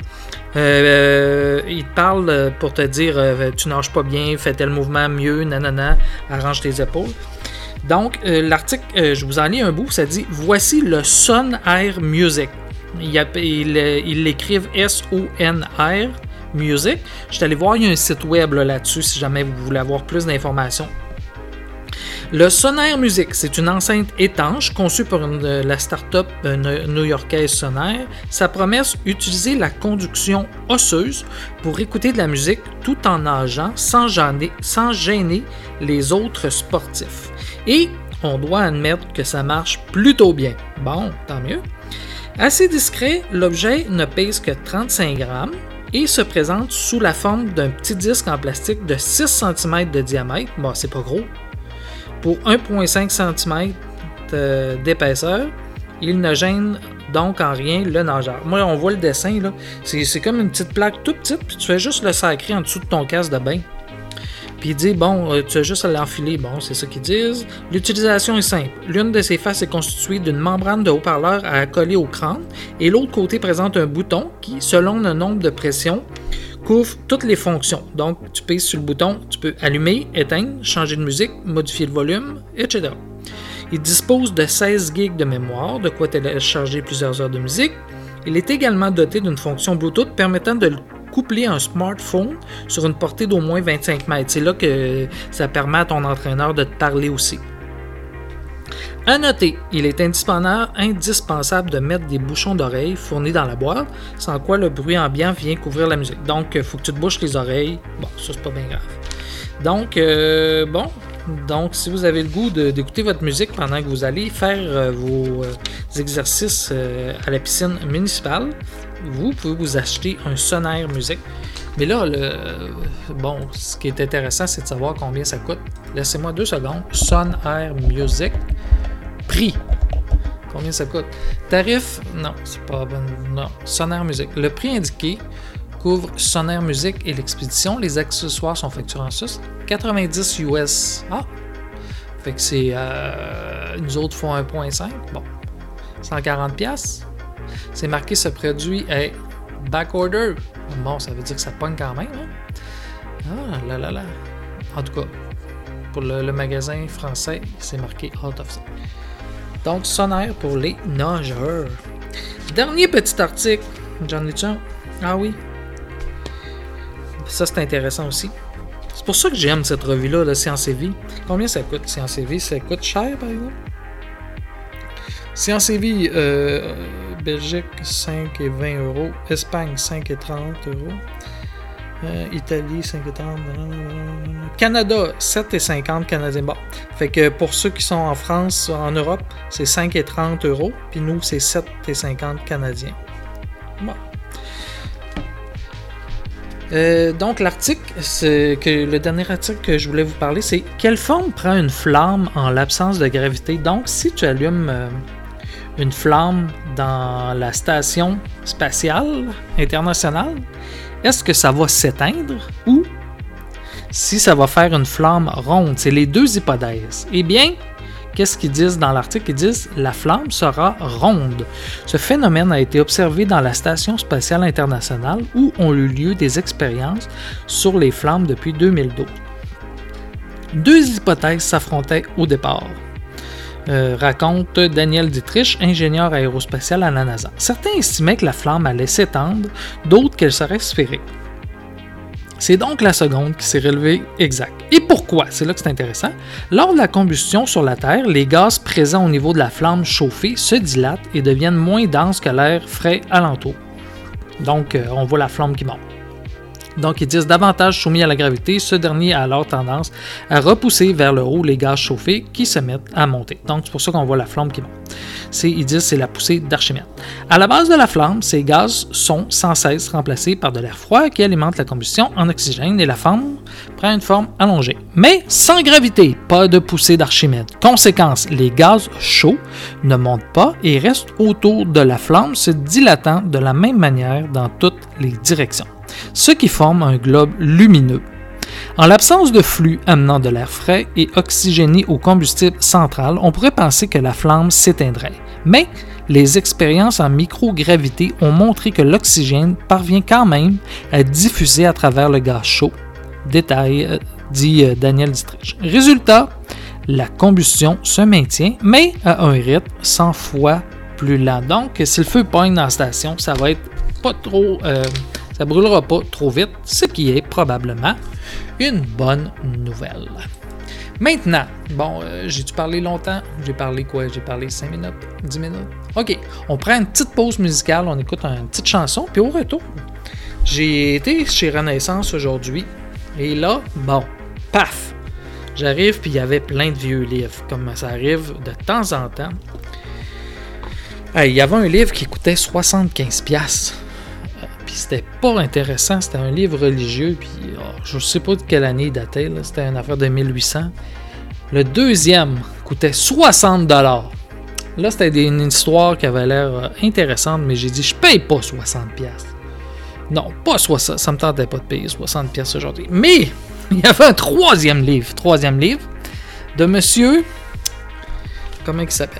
pour te dire tu nages pas bien, fais tel mouvement mieux, nanana, arrange tes épaules. Donc, l'article, je vous en lis un bout, ça dit « Voici le Sonair Music ». Ils l'écrivent S-O-N-R Music. Je suis allé voir, il y a un site web là-dessus si jamais vous voulez avoir plus d'informations. Le Sonair Music, c'est une enceinte étanche conçue par la start-up new-yorkaise Sonair. Sa promesse, utiliser la conduction osseuse pour écouter de la musique tout en nageant sans gêner les autres sportifs. Et on doit admettre que ça marche plutôt bien. Bon, tant mieux. Assez discret, l'objet ne pèse que 35 grammes et se présente sous la forme d'un petit disque en plastique de 6 cm de diamètre. Bon, c'est pas gros. Pour 1,5 cm d'épaisseur, il ne gêne donc en rien le nageur. Moi, on voit le dessin, là. C'est comme une petite plaque toute petite, puis tu fais juste le sacrer en dessous de ton casque de bain. Puis il dit, bon, tu as juste à l'enfiler. Bon, c'est ça qu'ils disent. L'utilisation est simple. L'une de ses faces est constituée d'une membrane de haut-parleur à accoler au crâne et l'autre côté présente un bouton qui, selon le nombre de pressions, couvre toutes les fonctions. Donc, tu pèses sur le bouton, tu peux allumer, éteindre, changer de musique, modifier le volume, etc. Il dispose de 16 GB de mémoire, de quoi télécharger plusieurs heures de musique. Il est également doté d'une fonction Bluetooth permettant de le coupler à un smartphone sur une portée d'au moins 25 mètres. C'est là que ça permet à ton entraîneur de te parler aussi. À noter, il est indispensable de mettre des bouchons d'oreilles fournis dans la boîte, sans quoi le bruit ambiant vient couvrir la musique. Donc, il faut que tu te bouches les oreilles. Bon, ça, c'est pas bien grave. Donc, si vous avez le goût d'écouter votre musique pendant que vous allez faire vos exercices à la piscine municipale, vous pouvez vous acheter un Sonair Music. Mais là, ce qui est intéressant, c'est de savoir combien ça coûte. Laissez-moi 2 secondes. Sonair Music. Prix. Combien ça coûte? Tarif? Non, c'est pas bon. Non. Sonair Music. Le prix indiqué couvre Sonair Music et l'expédition. Les accessoires sont facturés en sus. 90 US. Ah! Fait que c'est... nous autres font 1.5. Bon. 140$. C'est marqué ce produit est backorder. Bon, ça veut dire que ça pogne quand même. Hein? Ah là. En tout cas, pour le magasin français, c'est marqué out of stock. Donc, Sonair pour les nageurs. Dernier petit article. J'en ai-tu un? Ah oui. Ça, c'est intéressant aussi. C'est pour ça que j'aime cette revue-là, de Science et Vie. Combien ça coûte, Science et Vie? Ça coûte cher, par exemple? Science et Vie, Belgique, 5 et 20 €. Espagne, 5 et 30 €. Italie, 5 et 30 €. Canada, 7 et 50 canadiens. Bon. Fait que pour ceux qui sont en France, en Europe, c'est 5 et 30 €. Puis nous, c'est 7 et 50 canadiens. Bon. Donc l'article, le dernier article que je voulais vous parler, c'est quelle forme prend une flamme en l'absence de gravité. Donc si tu allumes une flamme dans la station spatiale internationale, est-ce que ça va s'éteindre ou si ça va faire une flamme ronde? C'est les deux hypothèses. Eh bien, qu'est-ce qu'ils disent dans l'article? Ils disent « La flamme sera ronde ». Ce phénomène a été observé dans la Station spatiale internationale où ont eu lieu des expériences sur les flammes depuis 2012. Deux hypothèses s'affrontaient au départ, raconte Daniel Dietrich, ingénieur aérospatial à la NASA. Certains estimaient que la flamme allait s'étendre, d'autres qu'elle serait sphérique. C'est donc la seconde qui s'est relevée exacte. Et pourquoi? C'est là que c'est intéressant. Lors de la combustion sur la Terre, les gaz présents au niveau de la flamme chauffée se dilatent et deviennent moins denses que l'air frais alentour. Donc, on voit la flamme qui monte. Donc, ils disent davantage soumis à la gravité, ce dernier a alors tendance à repousser vers le haut les gaz chauffés qui se mettent à monter. Donc, c'est pour ça qu'on voit la flamme qui monte. Ils disent que c'est la poussée d'Archimède. À la base de la flamme, ces gaz sont sans cesse remplacés par de l'air froid qui alimente la combustion en oxygène et la flamme prend une forme allongée. Mais sans gravité, pas de poussée d'Archimède. Conséquence, les gaz chauds ne montent pas et restent autour de la flamme, se dilatant de la même manière dans toutes les directions, ce qui forme un globe lumineux. En l'absence de flux amenant de l'air frais et oxygéné au combustible central, on pourrait penser que la flamme s'éteindrait. Mais les expériences en microgravité ont montré que l'oxygène parvient quand même à diffuser à travers le gaz chaud. Détail, dit Daniel Dietrich. Résultat, la combustion se maintient, mais à un rythme 100 fois plus lent. Donc, si le feu pogne dans la station, ça va être pas trop... ça brûlera pas trop vite, ce qui est probablement une bonne nouvelle. Maintenant, j'ai-tu parlé longtemps? J'ai parlé quoi? J'ai parlé 5 minutes? 10 minutes? OK, on prend une petite pause musicale, on écoute une petite chanson, puis au retour, j'ai été chez Renaissance aujourd'hui, et là, paf! J'arrive, puis il y avait plein de vieux livres, comme ça arrive de temps en temps. Il y avait un livre qui coûtait 75$. Puis c'était pas intéressant. C'était un livre religieux. Puis je sais pas de quelle année il datait. Là. C'était une affaire de 1800. Le deuxième coûtait 60$. Là, c'était une histoire qui avait l'air intéressante, mais j'ai dit, je paye pas 60$. Non, pas 60$. Ça me tentait pas de payer 60$ aujourd'hui. Mais il y avait un troisième livre de monsieur... Comment il s'appelle?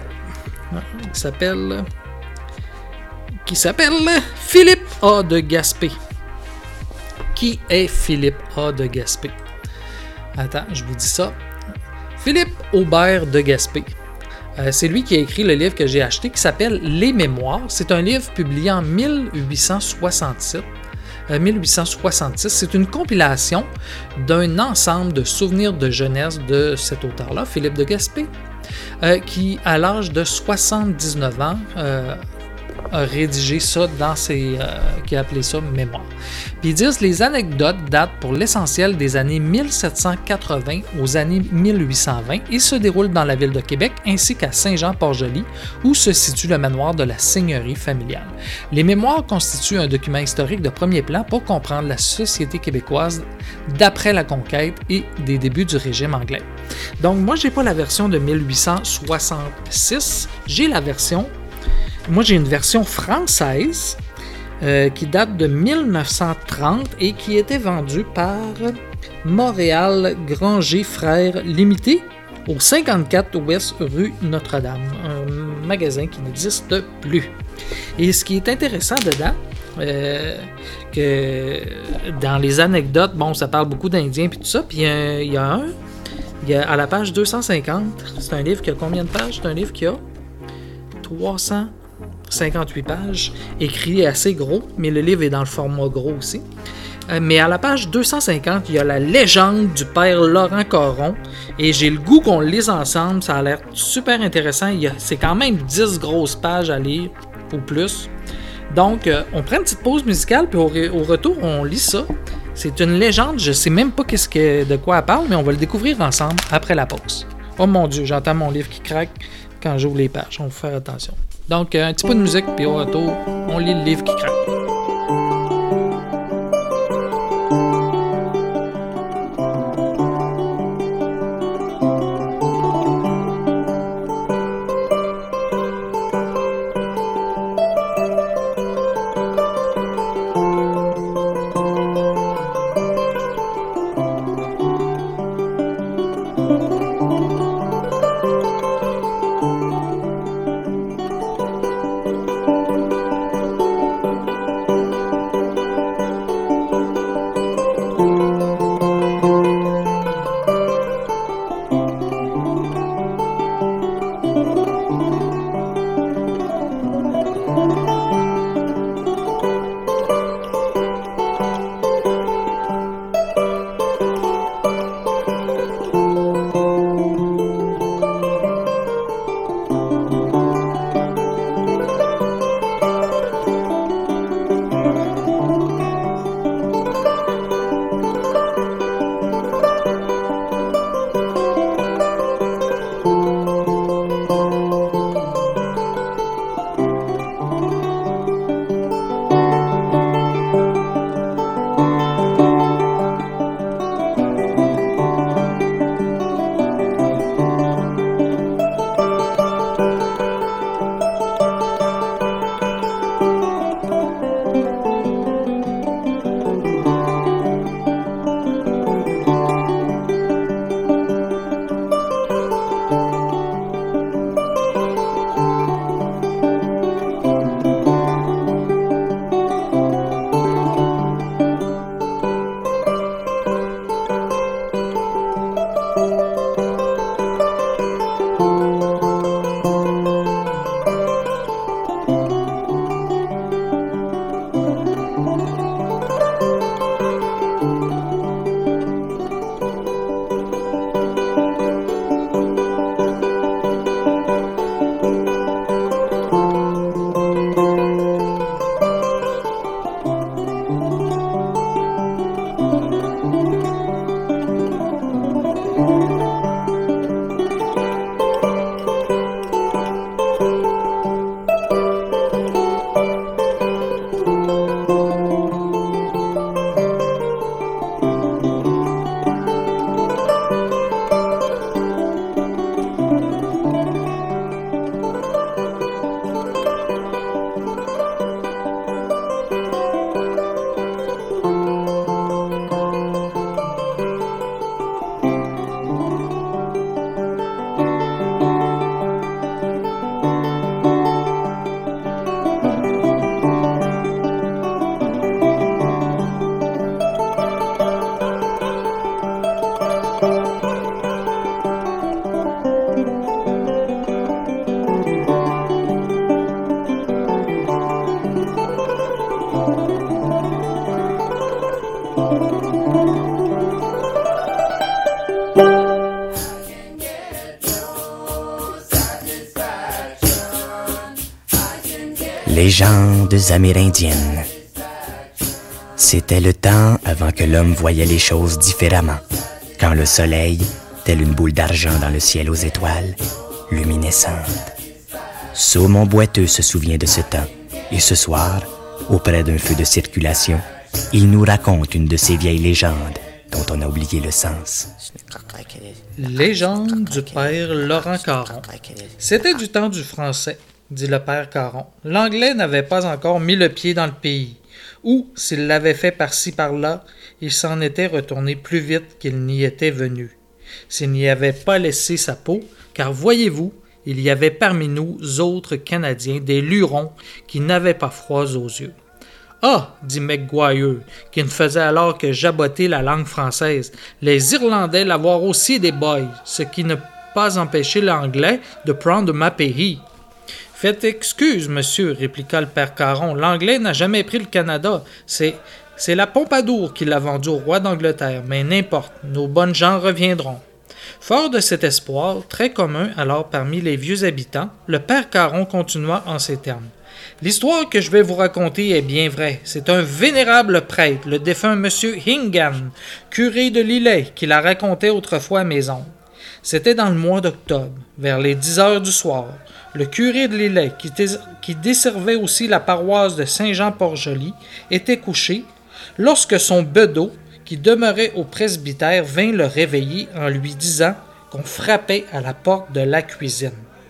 Qui s'appelle Philippe A. de Gaspé. Qui est Philippe A. de Gaspé? Attends, je vous dis ça. Philippe Aubert de Gaspé. C'est lui qui a écrit le livre que j'ai acheté qui s'appelle Les Mémoires. C'est un livre publié en 1866. C'est une compilation d'un ensemble de souvenirs de jeunesse de cet auteur-là, Philippe de Gaspé, qui, à l'âge de 79 ans, a rédigé ça dans ses... qui a appelé ça Mémoires. Puis ils disent les anecdotes datent pour l'essentiel des années 1780 aux années 1820 et se déroulent dans la ville de Québec ainsi qu'à Saint-Jean-Port-Joli où se situe le manoir de la seigneurie familiale. Les Mémoires constituent un document historique de premier plan pour comprendre la société québécoise d'après la conquête et des débuts du régime anglais. Donc moi j'ai pas la version de 1866, j'ai la version... Moi, j'ai une version française qui date de 1930 et qui était vendue par Montréal Granger Frères Limité au 54 Ouest rue Notre-Dame, un magasin qui n'existe plus. Et ce qui est intéressant dedans, que dans les anecdotes, bon, ça parle beaucoup d'Indiens et tout ça, puis il y a à la page 250, c'est un livre qui a combien de pages? C'est un livre qui a 358 pages, écrit assez gros, mais le livre est dans le format gros aussi. Mais à la page 250, il y a la légende du père Laurent Caron, et j'ai le goût qu'on le lise ensemble, ça a l'air super intéressant, c'est quand même 10 grosses pages à lire, ou plus. Donc, on prend une petite pause musicale, puis au retour, on lit ça. C'est une légende, je sais même pas de quoi elle parle, mais on va le découvrir ensemble après la pause. Oh mon Dieu, j'entends mon livre qui craque quand j'ouvre les pages, on va faire attention. Donc, un petit peu de musique, puis au retour, on lit le livre qui craque. Légendes amérindiennes. C'était le temps avant que l'homme voyait les choses différemment, quand le soleil, tel une boule d'argent dans le ciel aux étoiles, luminescente. Saumon boiteux se souvient de ce temps, et ce soir, auprès d'un feu de circulation, il nous raconte une de ces vieilles légendes dont on a oublié le sens. Légende du père Laurent Caron. C'était du temps du français, dit le père Caron. L'anglais n'avait pas encore mis le pied dans le pays, ou, s'il l'avait fait par-ci par-là, il s'en était retourné plus vite qu'il n'y était venu. S'il n'y avait pas laissé sa peau, car voyez-vous, il y avait parmi nous autres Canadiens des lurons qui n'avaient pas froid aux yeux. « Ah, dit McGuire, qui ne faisait alors que jaboter la langue française, les Irlandais l'avoir aussi des boys, ce qui n'a pas empêché l'anglais de prendre ma pays. » « Faites excuse, monsieur, répliqua le père Caron, l'anglais n'a jamais pris le Canada, c'est la Pompadour qui l'a vendu au roi d'Angleterre, mais n'importe, nos bonnes gens reviendront. » Fort de cet espoir, très commun alors parmi les vieux habitants, le père Caron continua en ces termes. « L'histoire que je vais vous raconter est bien vraie. C'est un vénérable prêtre, le défunt monsieur Hingan, curé de Lillet, qui la racontait autrefois à mes oncles. C'était dans le mois d'octobre, vers les 10 heures du soir. Le curé de Lillet, qui desservait aussi la paroisse de Saint-Jean-Port-Joli, était couché, lorsque son bedeau, qui demeurait au presbytère, vint le réveiller en lui disant qu'on frappait à la porte de la cuisine.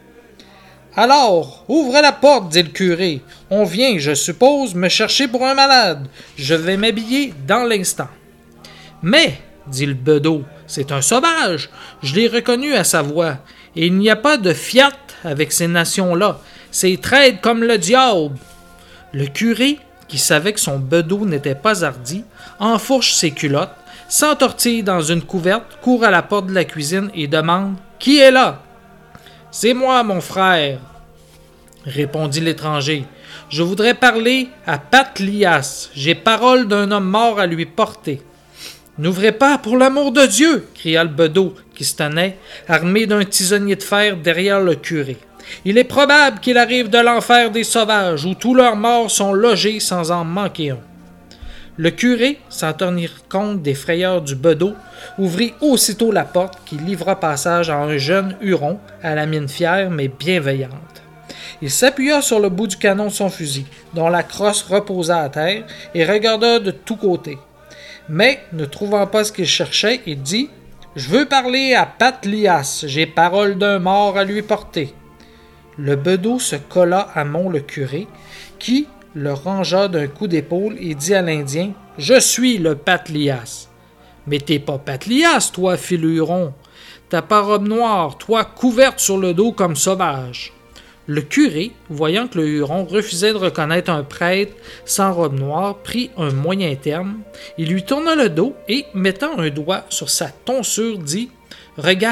« Alors, ouvre la porte, dit le curé. On vient, je suppose, me chercher pour un malade. Je vais m'habiller dans l'instant. »« Mais, dit le bedeau, c'est un sauvage. Je l'ai reconnu à sa voix. Et il n'y a pas de fiat avec ces nations-là. C'est traître comme le diable. » Le curé, qui savait que son bedeau n'était pas hardi, enfourche ses culottes, s'entortille dans une couverte, court à la porte de la cuisine et demande « Qui est là? » « C'est moi, mon frère, répondit l'étranger. Je voudrais parler à Pat Lias. J'ai parole d'un homme mort à lui porter. N'ouvrez pas, pour l'amour de Dieu, cria le bedeau, qui se tenait, armé d'un tisonnier de fer derrière le curé. Il est probable qu'il arrive de l'enfer des sauvages, où tous leurs morts sont logés sans en manquer un. Le curé, sans tenir compte des frayeurs du bedeau, ouvrit aussitôt la porte qui livra passage à un jeune Huron, à la mine fière mais bienveillante. Il s'appuya sur le bout du canon de son fusil, dont la crosse reposa à terre, et regarda de tous côtés. Mais, ne trouvant pas ce qu'il cherchait, il dit « Je veux parler à Pat Lias, j'ai parole d'un mort à lui porter. » Le bedeau se colla à Mont le curé, qui le rangea d'un coup d'épaule et dit à l'Indien « Je suis le Pat Lias. »« Mais t'es pas Pat Lias, toi, fit le Huron. T'as pas robe noire, toi, couverte sur le dos comme sauvage. » Le curé, voyant que le Huron refusait de reconnaître un prêtre sans robe noire, prit un moyen terme, il lui tourna le dos et, mettant un doigt sur sa tonsure, dit « Regarde. »«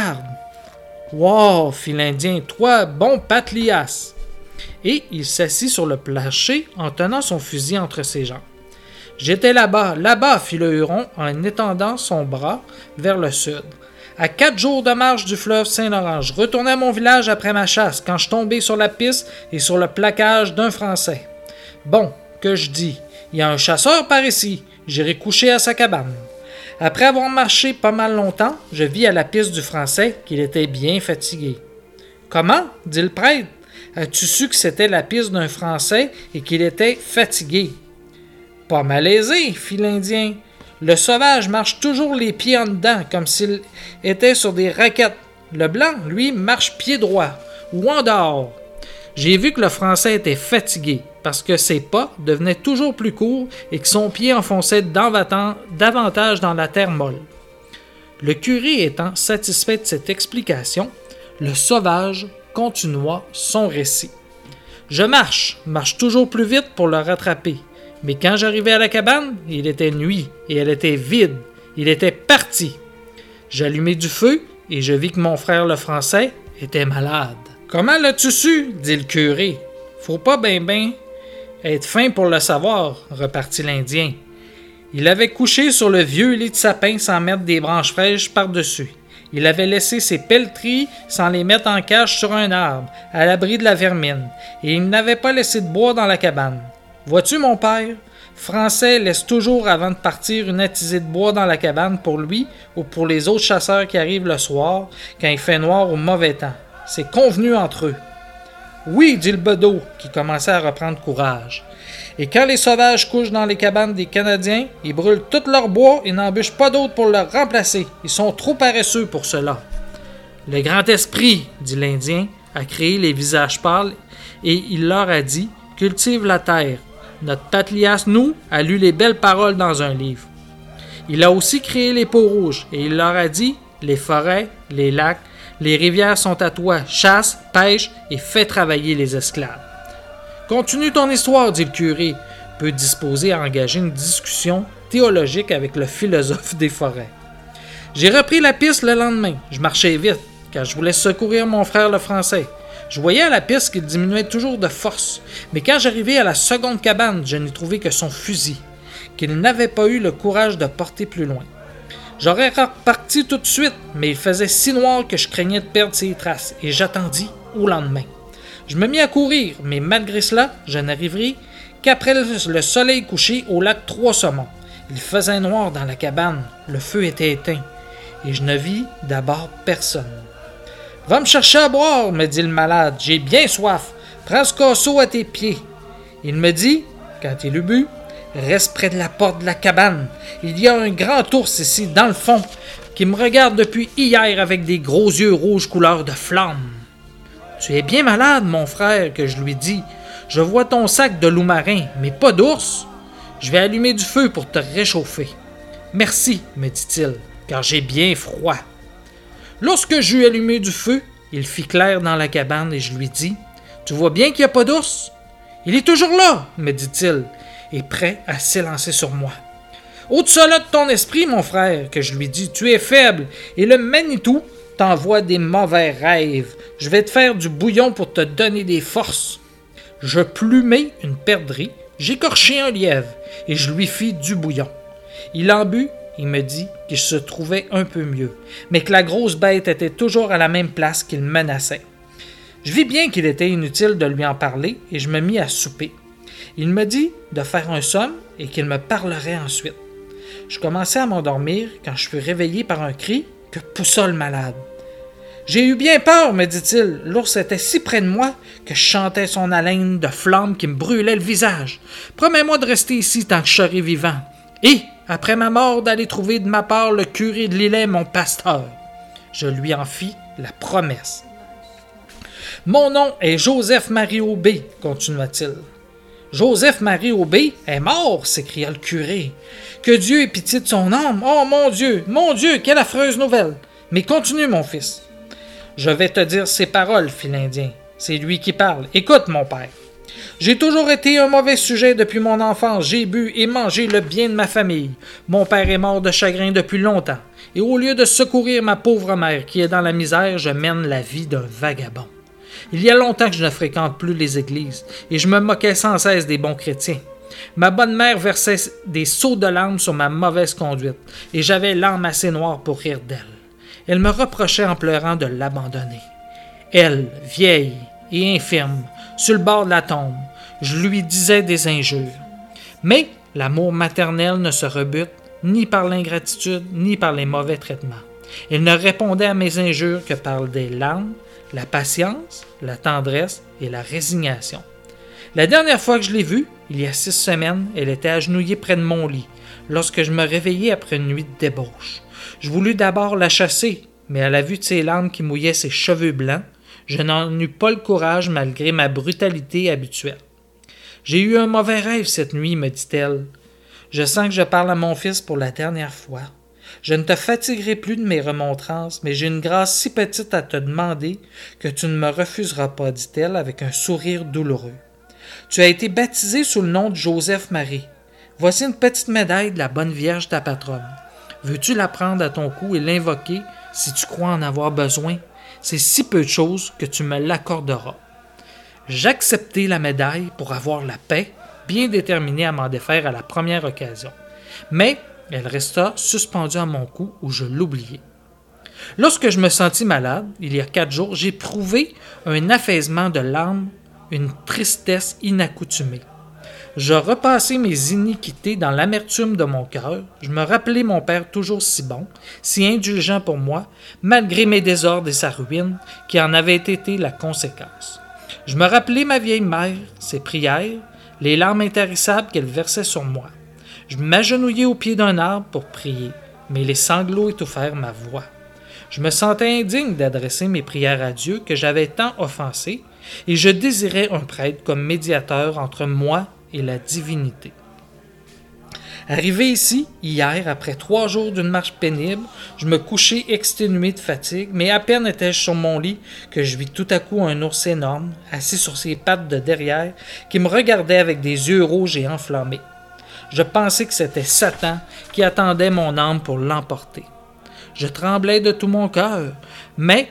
Wow, fit l'Indien, toi, bon Pat Lias. » Et il s'assit sur le plancher en tenant son fusil entre ses jambes. « J'étais là-bas, fit le Huron en étendant son bras vers le sud. À 4 jours de marche du fleuve Saint-Laurent, je retournais à mon village après ma chasse quand je tombais sur la piste et sur le plaquage d'un Français. Bon, que je dis, il y a un chasseur par ici, j'irai coucher à sa cabane. Après avoir marché pas mal longtemps, je vis à la piste du Français qu'il était bien fatigué. « Comment? » dit le prêtre. « As-tu su que c'était la piste d'un Français et qu'il était fatigué? »« Pas malaisé, fit l'Indien. Le sauvage marche toujours les pieds en dedans, comme s'il était sur des raquettes. Le blanc, lui, marche pied droit, ou en dehors. J'ai vu que le Français était fatigué, parce que ses pas devenaient toujours plus courts et que son pied enfonçait davantage dans la terre molle. » Le curé étant satisfait de cette explication, le sauvage continua son récit. « Je marche toujours plus vite pour le rattraper. Mais quand j'arrivais à la cabane, il était nuit et elle était vide. Il était parti. J'allumai du feu et je vis que mon frère le Français était malade. « Comment l'as-tu su? » dit le curé. « Faut pas ben être fin pour le savoir, » repartit l'Indien. Il avait couché sur le vieux lit de sapin sans mettre des branches fraîches par-dessus. Il avait laissé ses pelleteries sans les mettre en cage sur un arbre, à l'abri de la vermine, et il n'avait pas laissé de bois dans la cabane. Vois-tu, mon père? Français laisse toujours avant de partir une attisée de bois dans la cabane pour lui ou pour les autres chasseurs qui arrivent le soir quand il fait noir ou mauvais temps. C'est convenu entre eux. Oui, dit le bedeau, qui commençait à reprendre courage. Et quand les sauvages couchent dans les cabanes des Canadiens, ils brûlent tout leur bois et n'embûchent pas d'autres pour le remplacer. Ils sont trop paresseux pour cela. Le grand esprit, dit l'Indien, a créé les visages pâles et il leur a dit « Cultive la terre ». Notre Patlias, nous, a lu les belles paroles dans un livre. Il a aussi créé les peaux rouges et il leur a dit « Les forêts, les lacs, les rivières sont à toi, chasse, pêche et fais travailler les esclaves. » Continue ton histoire, dit le curé, peu disposé à engager une discussion théologique avec le philosophe des forêts. J'ai repris la piste le lendemain. Je marchais vite, car je voulais secourir mon frère le Français. Je voyais à la piste qu'il diminuait toujours de force, mais quand j'arrivai à la seconde cabane, je n'ai trouvé que son fusil, qu'il n'avait pas eu le courage de porter plus loin. J'aurais reparti tout de suite, mais il faisait si noir que je craignais de perdre ses traces, et j'attendis au lendemain. Je me mis à courir, mais malgré cela, je n'arriverai qu'après le soleil couché au lac Trois-Saumons. Il faisait noir dans la cabane, le feu était éteint, et je ne vis d'abord personne. « Va me chercher à boire, me dit le malade, j'ai bien soif, prends ce casseau à tes pieds. » Il me dit, quand il eut bu, « Reste près de la porte de la cabane, il y a un grand ours ici, dans le fond, qui me regarde depuis hier avec des gros yeux rouges couleur de flamme. » « Tu es bien malade, mon frère, que je lui dis. Je vois ton sac de loup marin, mais pas d'ours. Je vais allumer du feu pour te réchauffer. »« Merci, me dit-il, car j'ai bien froid. » Lorsque j'eus allumé du feu, il fit clair dans la cabane et je lui dis « Tu vois bien qu'il n'y a pas d'ours? »« Il est toujours là, me dit-il, et prêt à s'élancer sur moi. »« Au-delà de ton esprit, mon frère, que je lui dis, tu es faible, et le Manitou t'envoie des mauvais rêves. Je vais te faire du bouillon pour te donner des forces. » Je plumai une perdrix, j'écorchai un lièvre, et je lui fis du bouillon. Il en but. Il me dit qu'il se trouvait un peu mieux, mais que la grosse bête était toujours à la même place qu'il menaçait. Je vis bien qu'il était inutile de lui en parler et je me mis à souper. Il me dit de faire un somme et qu'il me parlerait ensuite. Je commençais à m'endormir quand je fus réveillé par un cri que poussa le malade. « J'ai eu bien peur, me dit-il. L'ours était si près de moi que je chantais son haleine de flamme qui me brûlait le visage. Promets-moi de rester ici tant que je serai vivant. Et, après ma mort, d'aller trouver de ma part le curé de l'îlet, mon pasteur. » Je lui en fis la promesse. « Mon nom est Joseph-Marie Aubé, continua-t-il. »« Joseph-Marie Aubé est mort, s'écria le curé. Que Dieu ait pitié de son âme. Oh mon Dieu, quelle affreuse nouvelle. Mais continue, mon fils. »« Je vais te dire ces paroles, fit l'Indien. C'est lui qui parle. Écoute, mon père. J'ai toujours été un mauvais sujet depuis mon enfance. J'ai bu et mangé le bien de ma famille. Mon père est mort de chagrin depuis longtemps. Et au lieu de secourir ma pauvre mère qui est dans la misère, je mène la vie d'un vagabond. Il y a longtemps que je ne fréquente plus les églises, et je me moquais sans cesse des bons chrétiens. Ma bonne mère versait des seaux de larmes sur ma mauvaise conduite, et j'avais l'âme assez noire pour rire d'elle. Elle me reprochait en pleurant de l'abandonner. Elle, vieille et infirme, sur le bord de la tombe, je lui disais des injures. Mais l'amour maternel ne se rebute ni par l'ingratitude, ni par les mauvais traitements. Elle ne répondait à mes injures que par des larmes, la patience, la tendresse et la résignation. La dernière fois que je l'ai vue, il y a 6 semaines, elle était agenouillée près de mon lit, lorsque je me réveillai après une nuit de débauche. Je voulus d'abord la chasser, mais à la vue de ses larmes qui mouillaient ses cheveux blancs, je n'en eus pas le courage malgré ma brutalité habituelle. « J'ai eu un mauvais rêve cette nuit, me dit-elle. Je sens que je parle à mon fils pour la dernière fois. Je ne te fatiguerai plus de mes remontrances, mais j'ai une grâce si petite à te demander que tu ne me refuseras pas, dit-elle avec un sourire douloureux. Tu as été baptisé sous le nom de Joseph-Marie. Voici une petite médaille de la bonne Vierge ta patronne. Veux-tu la prendre à ton cou et l'invoquer si tu crois en avoir besoin? C'est si peu de choses que tu me l'accorderas. » J'acceptai la médaille pour avoir la paix, bien déterminé à m'en défaire à la première occasion. Mais elle resta suspendue à mon cou où je l'oubliai. Lorsque je me sentis malade, il y a 4 jours, j'ai éprouvé un affaissement de l'âme, une tristesse inaccoutumée. Je repassais mes iniquités dans l'amertume de mon cœur. Je me rappelais mon père toujours si bon, si indulgent pour moi, malgré mes désordres et sa ruine, qui en avait été la conséquence. Je me rappelais ma vieille mère, ses prières, les larmes intarissables qu'elle versait sur moi. Je m'agenouillais au pied d'un arbre pour prier, mais les sanglots étouffèrent ma voix. Je me sentais indigne d'adresser mes prières à Dieu que j'avais tant offensé, et je désirais un prêtre comme médiateur entre moi et la divinité. Arrivé ici, hier, après 3 jours d'une marche pénible, je me couchais exténué de fatigue, mais à peine étais-je sur mon lit que je vis tout à coup un ours énorme, assis sur ses pattes de derrière, qui me regardait avec des yeux rouges et enflammés. Je pensais que c'était Satan qui attendait mon âme pour l'emporter. Je tremblais de tout mon corps, mais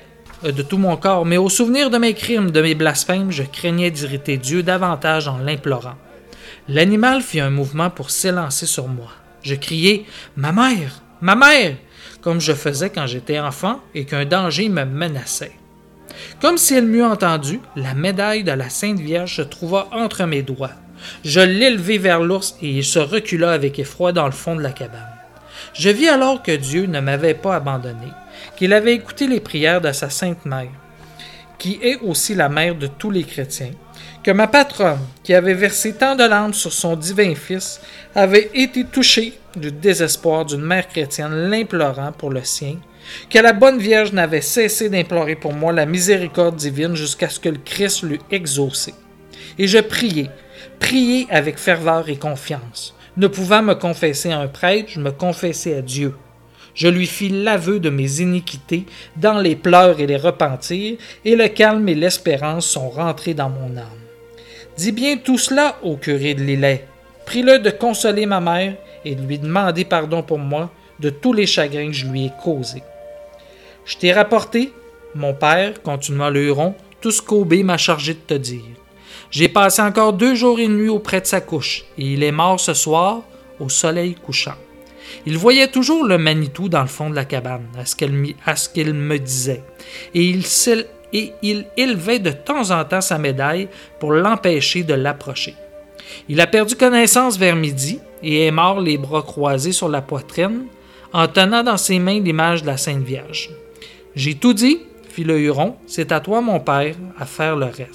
au souvenir de mes crimes, de mes blasphèmes, je craignais d'irriter Dieu davantage en l'implorant. L'animal fit un mouvement pour s'élancer sur moi. Je criai « Ma mère! Ma mère! » comme je faisais quand j'étais enfant et qu'un danger me menaçait. Comme si elle m'eût entendu, la médaille de la Sainte Vierge se trouva entre mes doigts. Je l'élevai vers l'ours et il se recula avec effroi dans le fond de la cabane. Je vis alors que Dieu ne m'avait pas abandonné, qu'il avait écouté les prières de sa Sainte Mère, qui est aussi la mère de tous les chrétiens, que ma patronne, qui avait versé tant de larmes sur son divin Fils, avait été touchée du désespoir d'une mère chrétienne l'implorant pour le sien, que la bonne Vierge n'avait cessé d'implorer pour moi la miséricorde divine jusqu'à ce que le Christ l'eût exaucé. Et je priai avec ferveur et confiance. Ne pouvant me confesser à un prêtre, je me confessai à Dieu. Je lui fis l'aveu de mes iniquités dans les pleurs et les repentirs, et le calme et l'espérance sont rentrés dans mon âme. Dis bien tout cela au curé de Lillet. Prie-le de consoler ma mère et de lui demander pardon pour moi de tous les chagrins que je lui ai causés. Je t'ai rapporté, mon père, continua le Huron, tout ce qu'Aubé m'a chargé de te dire. J'ai passé encore 2 jours et nuits auprès de sa couche, et il est mort ce soir au soleil couchant. Il voyait toujours le Manitou dans le fond de la cabane, à ce qu'il me disait, et il élevait de temps en temps sa médaille pour l'empêcher de l'approcher. Il a perdu connaissance vers midi et est mort les bras croisés sur la poitrine, en tenant dans ses mains l'image de la Sainte Vierge. « J'ai tout dit, fit le Huron, c'est à toi, mon père, à faire le reste. »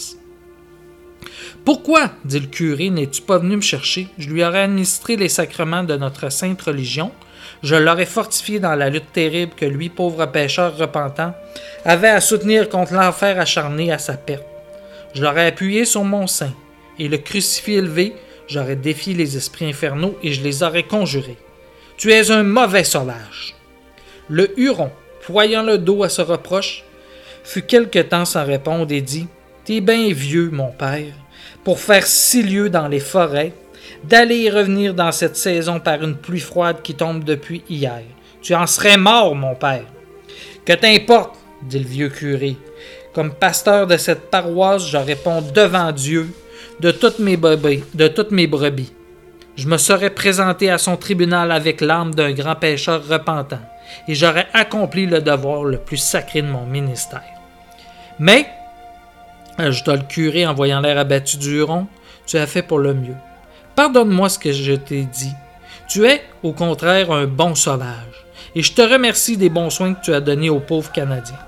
« Pourquoi, dit le curé, n'es-tu pas venu me chercher? Je lui aurais administré les sacrements de notre sainte religion. Je l'aurais fortifié dans la lutte terrible que lui, pauvre pécheur repentant, avait à soutenir contre l'enfer acharné à sa perte. Je l'aurais appuyé sur mon sein, et le crucifix élevé, j'aurais défié les esprits infernaux et je les aurais conjurés. Tu es un mauvais sauvage. » Le Huron, voyant le dos à ce reproche, fut quelque temps sans répondre et dit « T'es bien vieux, mon père, pour faire 6 lieues dans les forêts, d'aller et revenir dans cette saison par une pluie froide qui tombe depuis hier. Tu en serais mort, mon père. »« Que t'importe, dit le vieux curé. Comme pasteur de cette paroisse, je réponds devant Dieu de toutes mes brebis. Je me serais présenté à son tribunal avec l'âme d'un grand pécheur repentant, et j'aurais accompli le devoir le plus sacré de mon ministère. Mais, ajouta le curé en voyant l'air abattu du Huron, tu as fait pour le mieux. Pardonne-moi ce que je t'ai dit. Tu es, au contraire, un bon sauvage, et je te remercie des bons soins que tu as donnés aux pauvres Canadiens.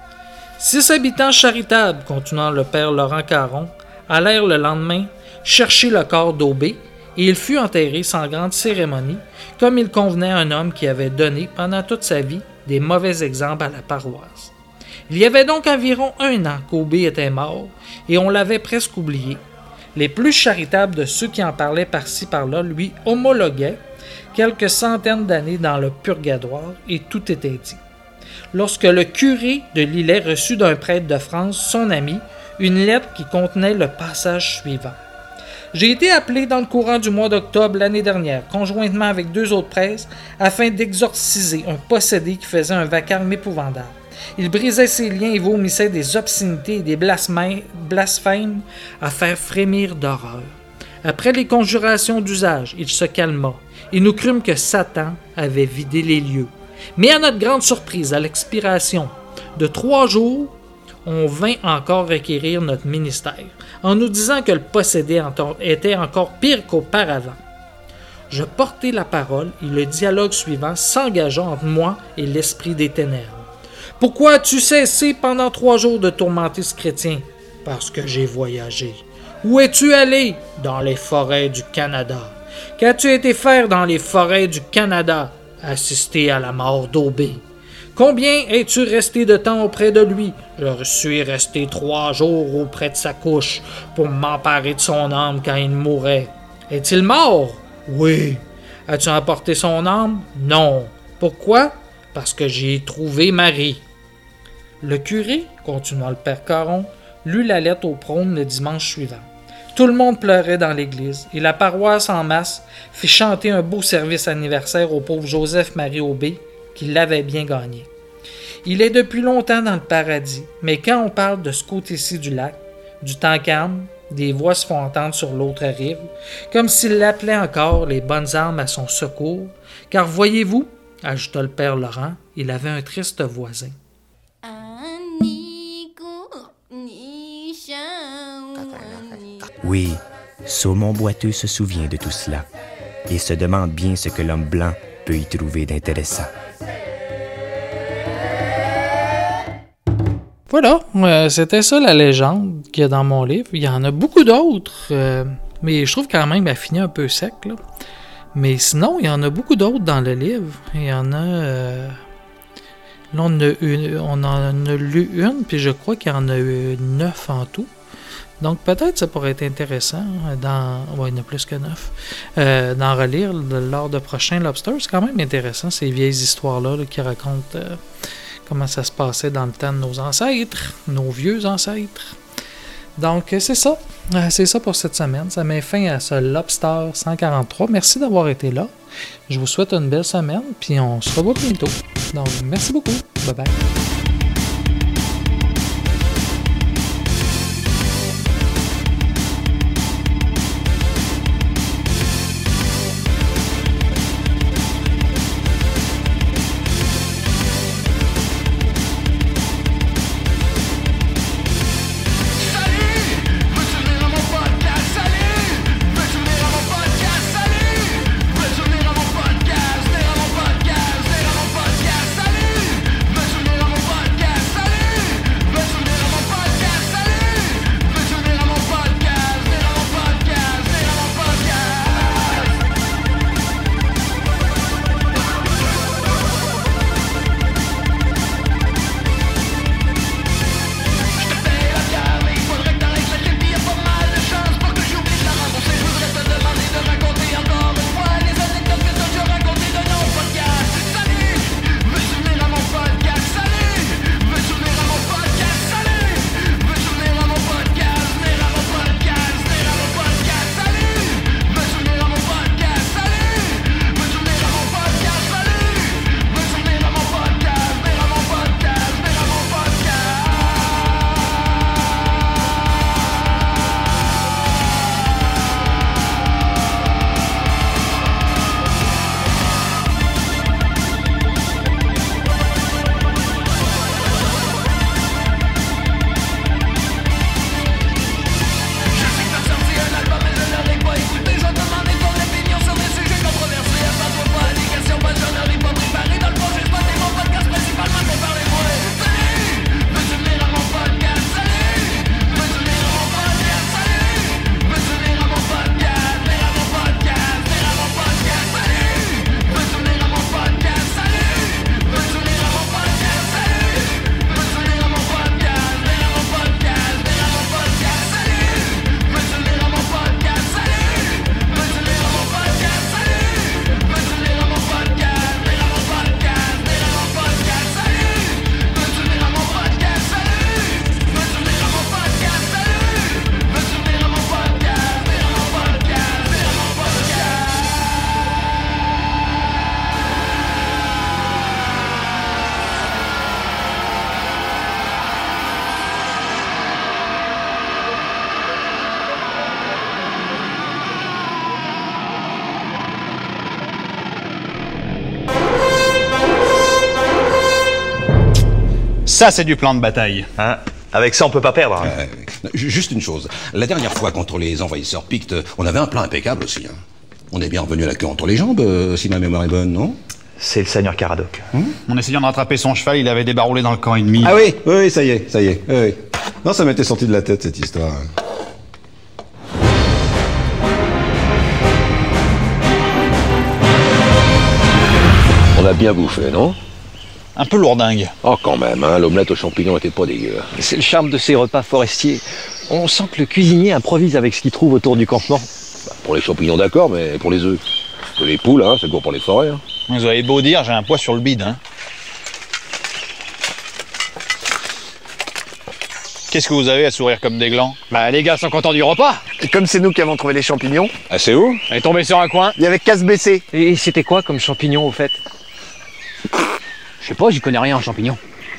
6 habitants charitables, continua le père Laurent Caron, allèrent le lendemain chercher le corps d'Aubé, et il fut enterré sans grande cérémonie, comme il convenait à un homme qui avait donné, pendant toute sa vie, des mauvais exemples à la paroisse. Il y avait donc environ 1 an qu'Aubé était mort, et on l'avait presque oublié. Les plus charitables de ceux qui en parlaient par-ci par-là lui homologuaient quelques centaines d'années dans le purgatoire, et tout était dit. Lorsque le curé de Lillet reçut d'un prêtre de France, son ami, une lettre qui contenait le passage suivant. « J'ai été appelé dans le courant du mois d'octobre l'année dernière, conjointement avec 2 autres prêtres, afin d'exorciser un possédé qui faisait un vacarme épouvantable. Il brisait ses liens et vomissait des obscénités et des blasphèmes à faire frémir d'horreur. Après les conjurations d'usage, il se calma, et nous crûmes que Satan avait vidé les lieux. Mais à notre grande surprise, à l'expiration de 3 jours, on vint encore requérir notre ministère, en nous disant que le possédé était encore pire qu'auparavant. Je portai la parole et le dialogue suivant s'engagea entre moi et l'esprit des ténèbres. « Pourquoi as-tu cessé pendant 3 jours de tourmenter ce chrétien? »« Parce que j'ai voyagé. »« Où es-tu allé? »« Dans les forêts du Canada. »« Qu'as-tu été faire dans les forêts du Canada? »« Assister à la mort d'Aubé. »« Combien es-tu resté de temps auprès de lui? »« Je suis resté 3 jours auprès de sa couche pour m'emparer de son âme quand il mourait. »« Est-il mort? » « Oui. »« As-tu emporté son âme? »« Non. »« Pourquoi? » »« Parce que j'y ai trouvé Marie. » Le curé, continua le père Caron, lut la lettre au prône le dimanche suivant. Tout le monde pleurait dans l'église, et la paroisse en masse fit chanter un beau service anniversaire au pauvre Joseph-Marie Aubé, qui l'avait bien gagné. Il est depuis longtemps dans le paradis, mais quand on parle de ce côté-ci du lac, du temps calme, des voix se font entendre sur l'autre rive, comme s'il appelait encore les bonnes âmes à son secours, car voyez-vous, ajouta le père Laurent, il avait un triste voisin. Oui, Saumon Boiteux se souvient de tout cela et se demande bien ce que l'homme blanc peut y trouver d'intéressant. Voilà, c'était ça la légende qu'il y a dans mon livre. Il y en a beaucoup d'autres, mais je trouve quand même qu'elle finit un peu sec, là. Mais sinon, il y en a beaucoup d'autres dans le livre. Il y en a... là, on en a lu une, puis je crois qu'il y en a eu 9 en tout. Donc peut-être ça pourrait être intéressant il y en a plus que 9, d'en relire lors de prochains Lobster. C'est quand même intéressant, ces vieilles histoires-là là, qui racontent comment ça se passait dans le temps de nos ancêtres, nos vieux ancêtres. Donc c'est ça. C'est ça pour cette semaine. Ça met fin à ce Lobster 143. Merci d'avoir été là. Je vous souhaite une belle semaine, puis on se revoit bientôt. Donc merci beaucoup. Bye bye. Ça, c'est du plan de bataille. Hein? Avec ça, on peut pas perdre. Juste une chose. La dernière fois, contre les envahisseurs pictes, on avait un plan impeccable aussi. Hein. On est bien revenu à la queue entre les jambes, si ma mémoire est bonne, non? C'est le seigneur Caradoc. En essayant de rattraper son cheval, il avait débarroulé dans le camp ennemi. Ah oui, oui, ça y est. Oui. Non, ça m'était sorti de la tête, cette histoire. On a bien bouffé, non? Un peu lourdingue. Oh, quand même, hein, l'omelette aux champignons était pas dégueu. C'est le charme de ces repas forestiers. On sent que le cuisinier improvise avec ce qu'il trouve autour du campement. Bah, pour les champignons, d'accord, mais pour les œufs. Que les poules, hein, c'est bon pour les forêts. Hein. Vous avez beau dire, j'ai un poids sur le bide. Hein. Qu'est-ce que vous avez à sourire comme des glands? Bah les gars sont contents du repas. Et comme c'est nous qui avons trouvé les champignons. Ah, c'est où? On est tombé sur un coin. Il y avait qu'à se baisser. Et c'était quoi comme champignon au fait? Je sais pas, j'y connais rien en champignons.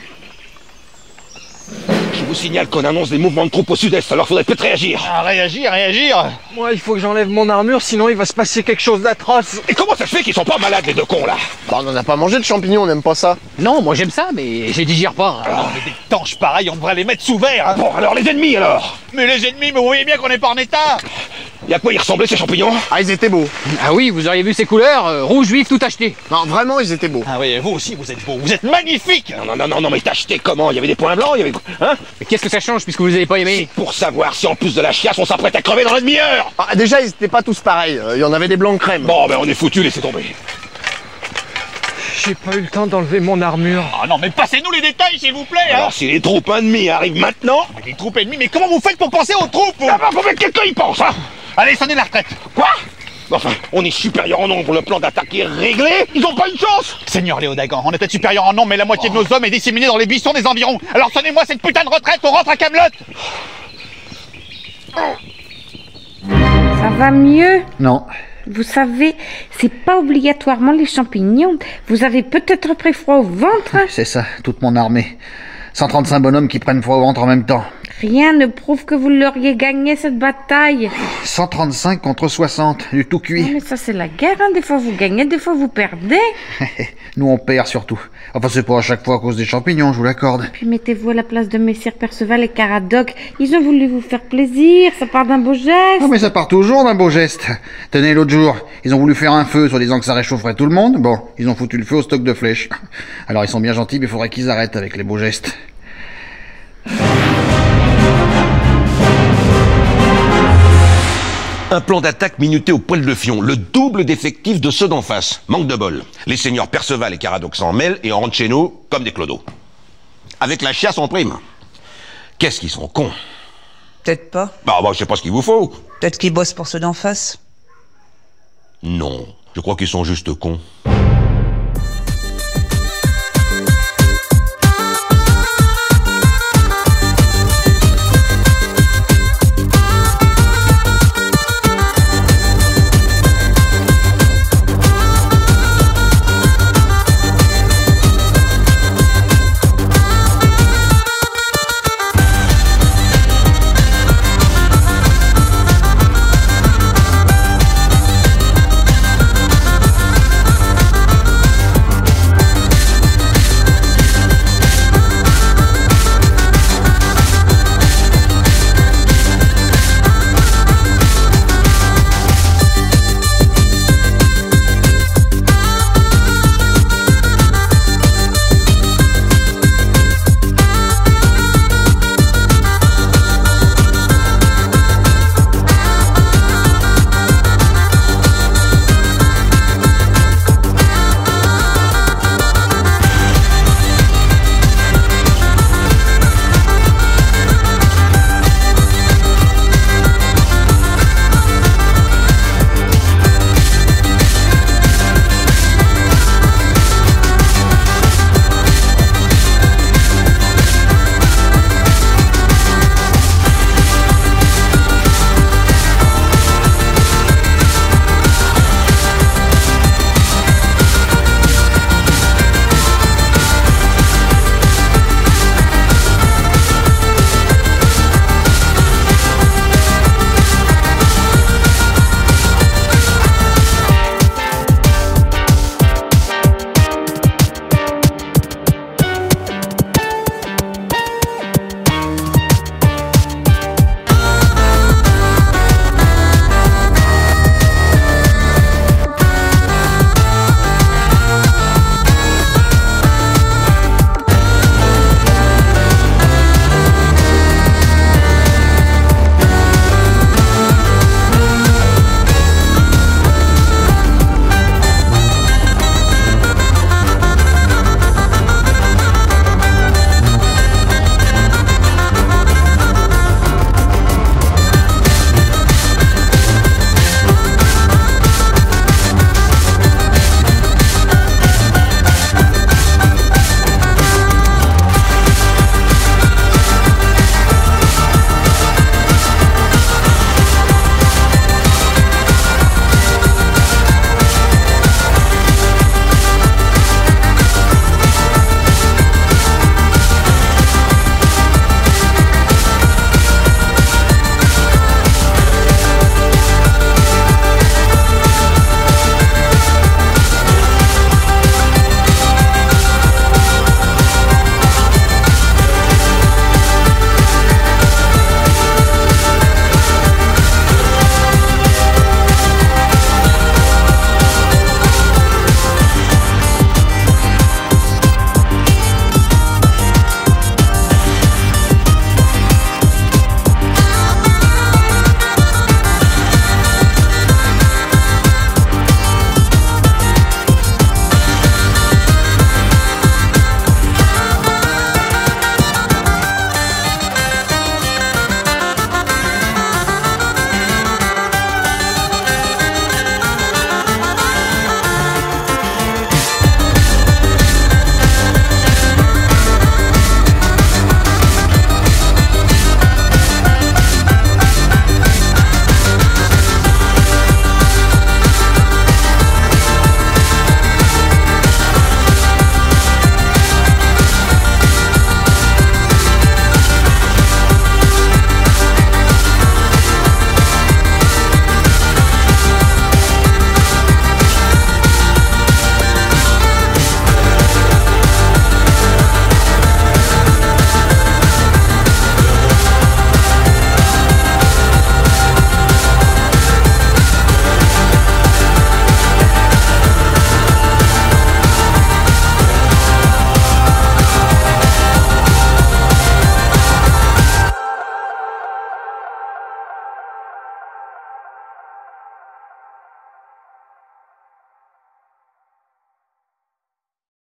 Je vous signale qu'on annonce des mouvements de troupes au sud-est, alors faudrait peut-être réagir. Ah, réagir. Moi, il faut que j'enlève mon armure, sinon il va se passer quelque chose d'atroce. Et comment ça se fait qu'ils sont pas malades, les deux cons, là? Bah on en a pas mangé de champignons, on n'aime pas ça. Non, moi j'aime ça, mais je digère pas. Non, mais des tanches pareils, on devrait les mettre sous verre. Hein. Bon, alors les ennemis, alors? Mais les ennemis, mais vous voyez bien qu'on est pas en état. Et à quoi ils ressemblaient, ces champignons? Ah, ils étaient beaux. Ah oui, vous auriez vu ces couleurs, rouge, vif, tout acheté. Non, vraiment, ils étaient beaux. Ah oui, vous aussi, vous êtes beaux. Vous êtes magnifiques. Non, mais t'as acheté comment? Il y avait des points blancs, il y avait... Hein? Mais qu'est-ce que ça change puisque vous les avez pas aimés? Pour savoir si en plus de la chiasse, on s'apprête à crever dans la demi-heure. Ah, déjà, ils étaient pas tous pareils. Il y en avait des blancs crème. Bon, ben on est foutus, laissez tomber. J'ai pas eu le temps d'enlever mon armure. Ah non, mais passez-nous les détails, s'il vous plaît. Hein. Alors, si les troupes ennemies arrivent maintenant... Mais les troupes ennemies, mais comment vous faites pour penser aux troupes? D'abord, faut que quelqu'un y pense, hein. Allez, sonnez la retraite. Quoi? Enfin, on est supérieur en nombre, le plan d'attaque est réglé, ils ont pas une chance. Seigneur Léodagan, on est peut-être supérieur en nombre, mais la moitié de nos hommes est disséminée dans les buissons des environs. Alors sonnez-moi cette putain de retraite, on rentre à Camelot. Ça va mieux? Non. Vous savez, c'est pas obligatoirement les champignons. Vous avez peut-être pris froid au ventre? C'est ça, toute mon armée. 135 bonhommes qui prennent froid au ventre en même temps. Rien ne prouve que vous l'auriez gagné cette bataille. 135 contre 60, du tout cuit. Non, mais ça c'est la guerre, hein. Des fois vous gagnez, des fois vous perdez. Nous on perd surtout. Enfin c'est pas à chaque fois à cause des champignons, je vous l'accorde. Puis mettez-vous à la place de messire Perceval et Caradoc. Ils ont voulu vous faire plaisir, ça part d'un beau geste. Ah mais ça part toujours d'un beau geste. Tenez, l'autre jour, ils ont voulu faire un feu, soi-disant que ça réchaufferait tout le monde. Bon, ils ont foutu le feu au stock de flèches. Alors ils sont bien gentils, mais il faudrait qu'ils arrêtent avec les beaux gestes. Un plan d'attaque minuté au poil de fion, le double d'effectifs de ceux d'en face. Manque de bol. Les seigneurs Perceval et Caradoc s'en mêlent et on rentre chez nous comme des clodos. Avec la chiasse en prime. Qu'est-ce qu'ils sont cons. Peut-être pas. Bah, je sais pas ce qu'il vous faut. Peut-être qu'ils bossent pour ceux d'en face. Non, je crois qu'ils sont juste cons.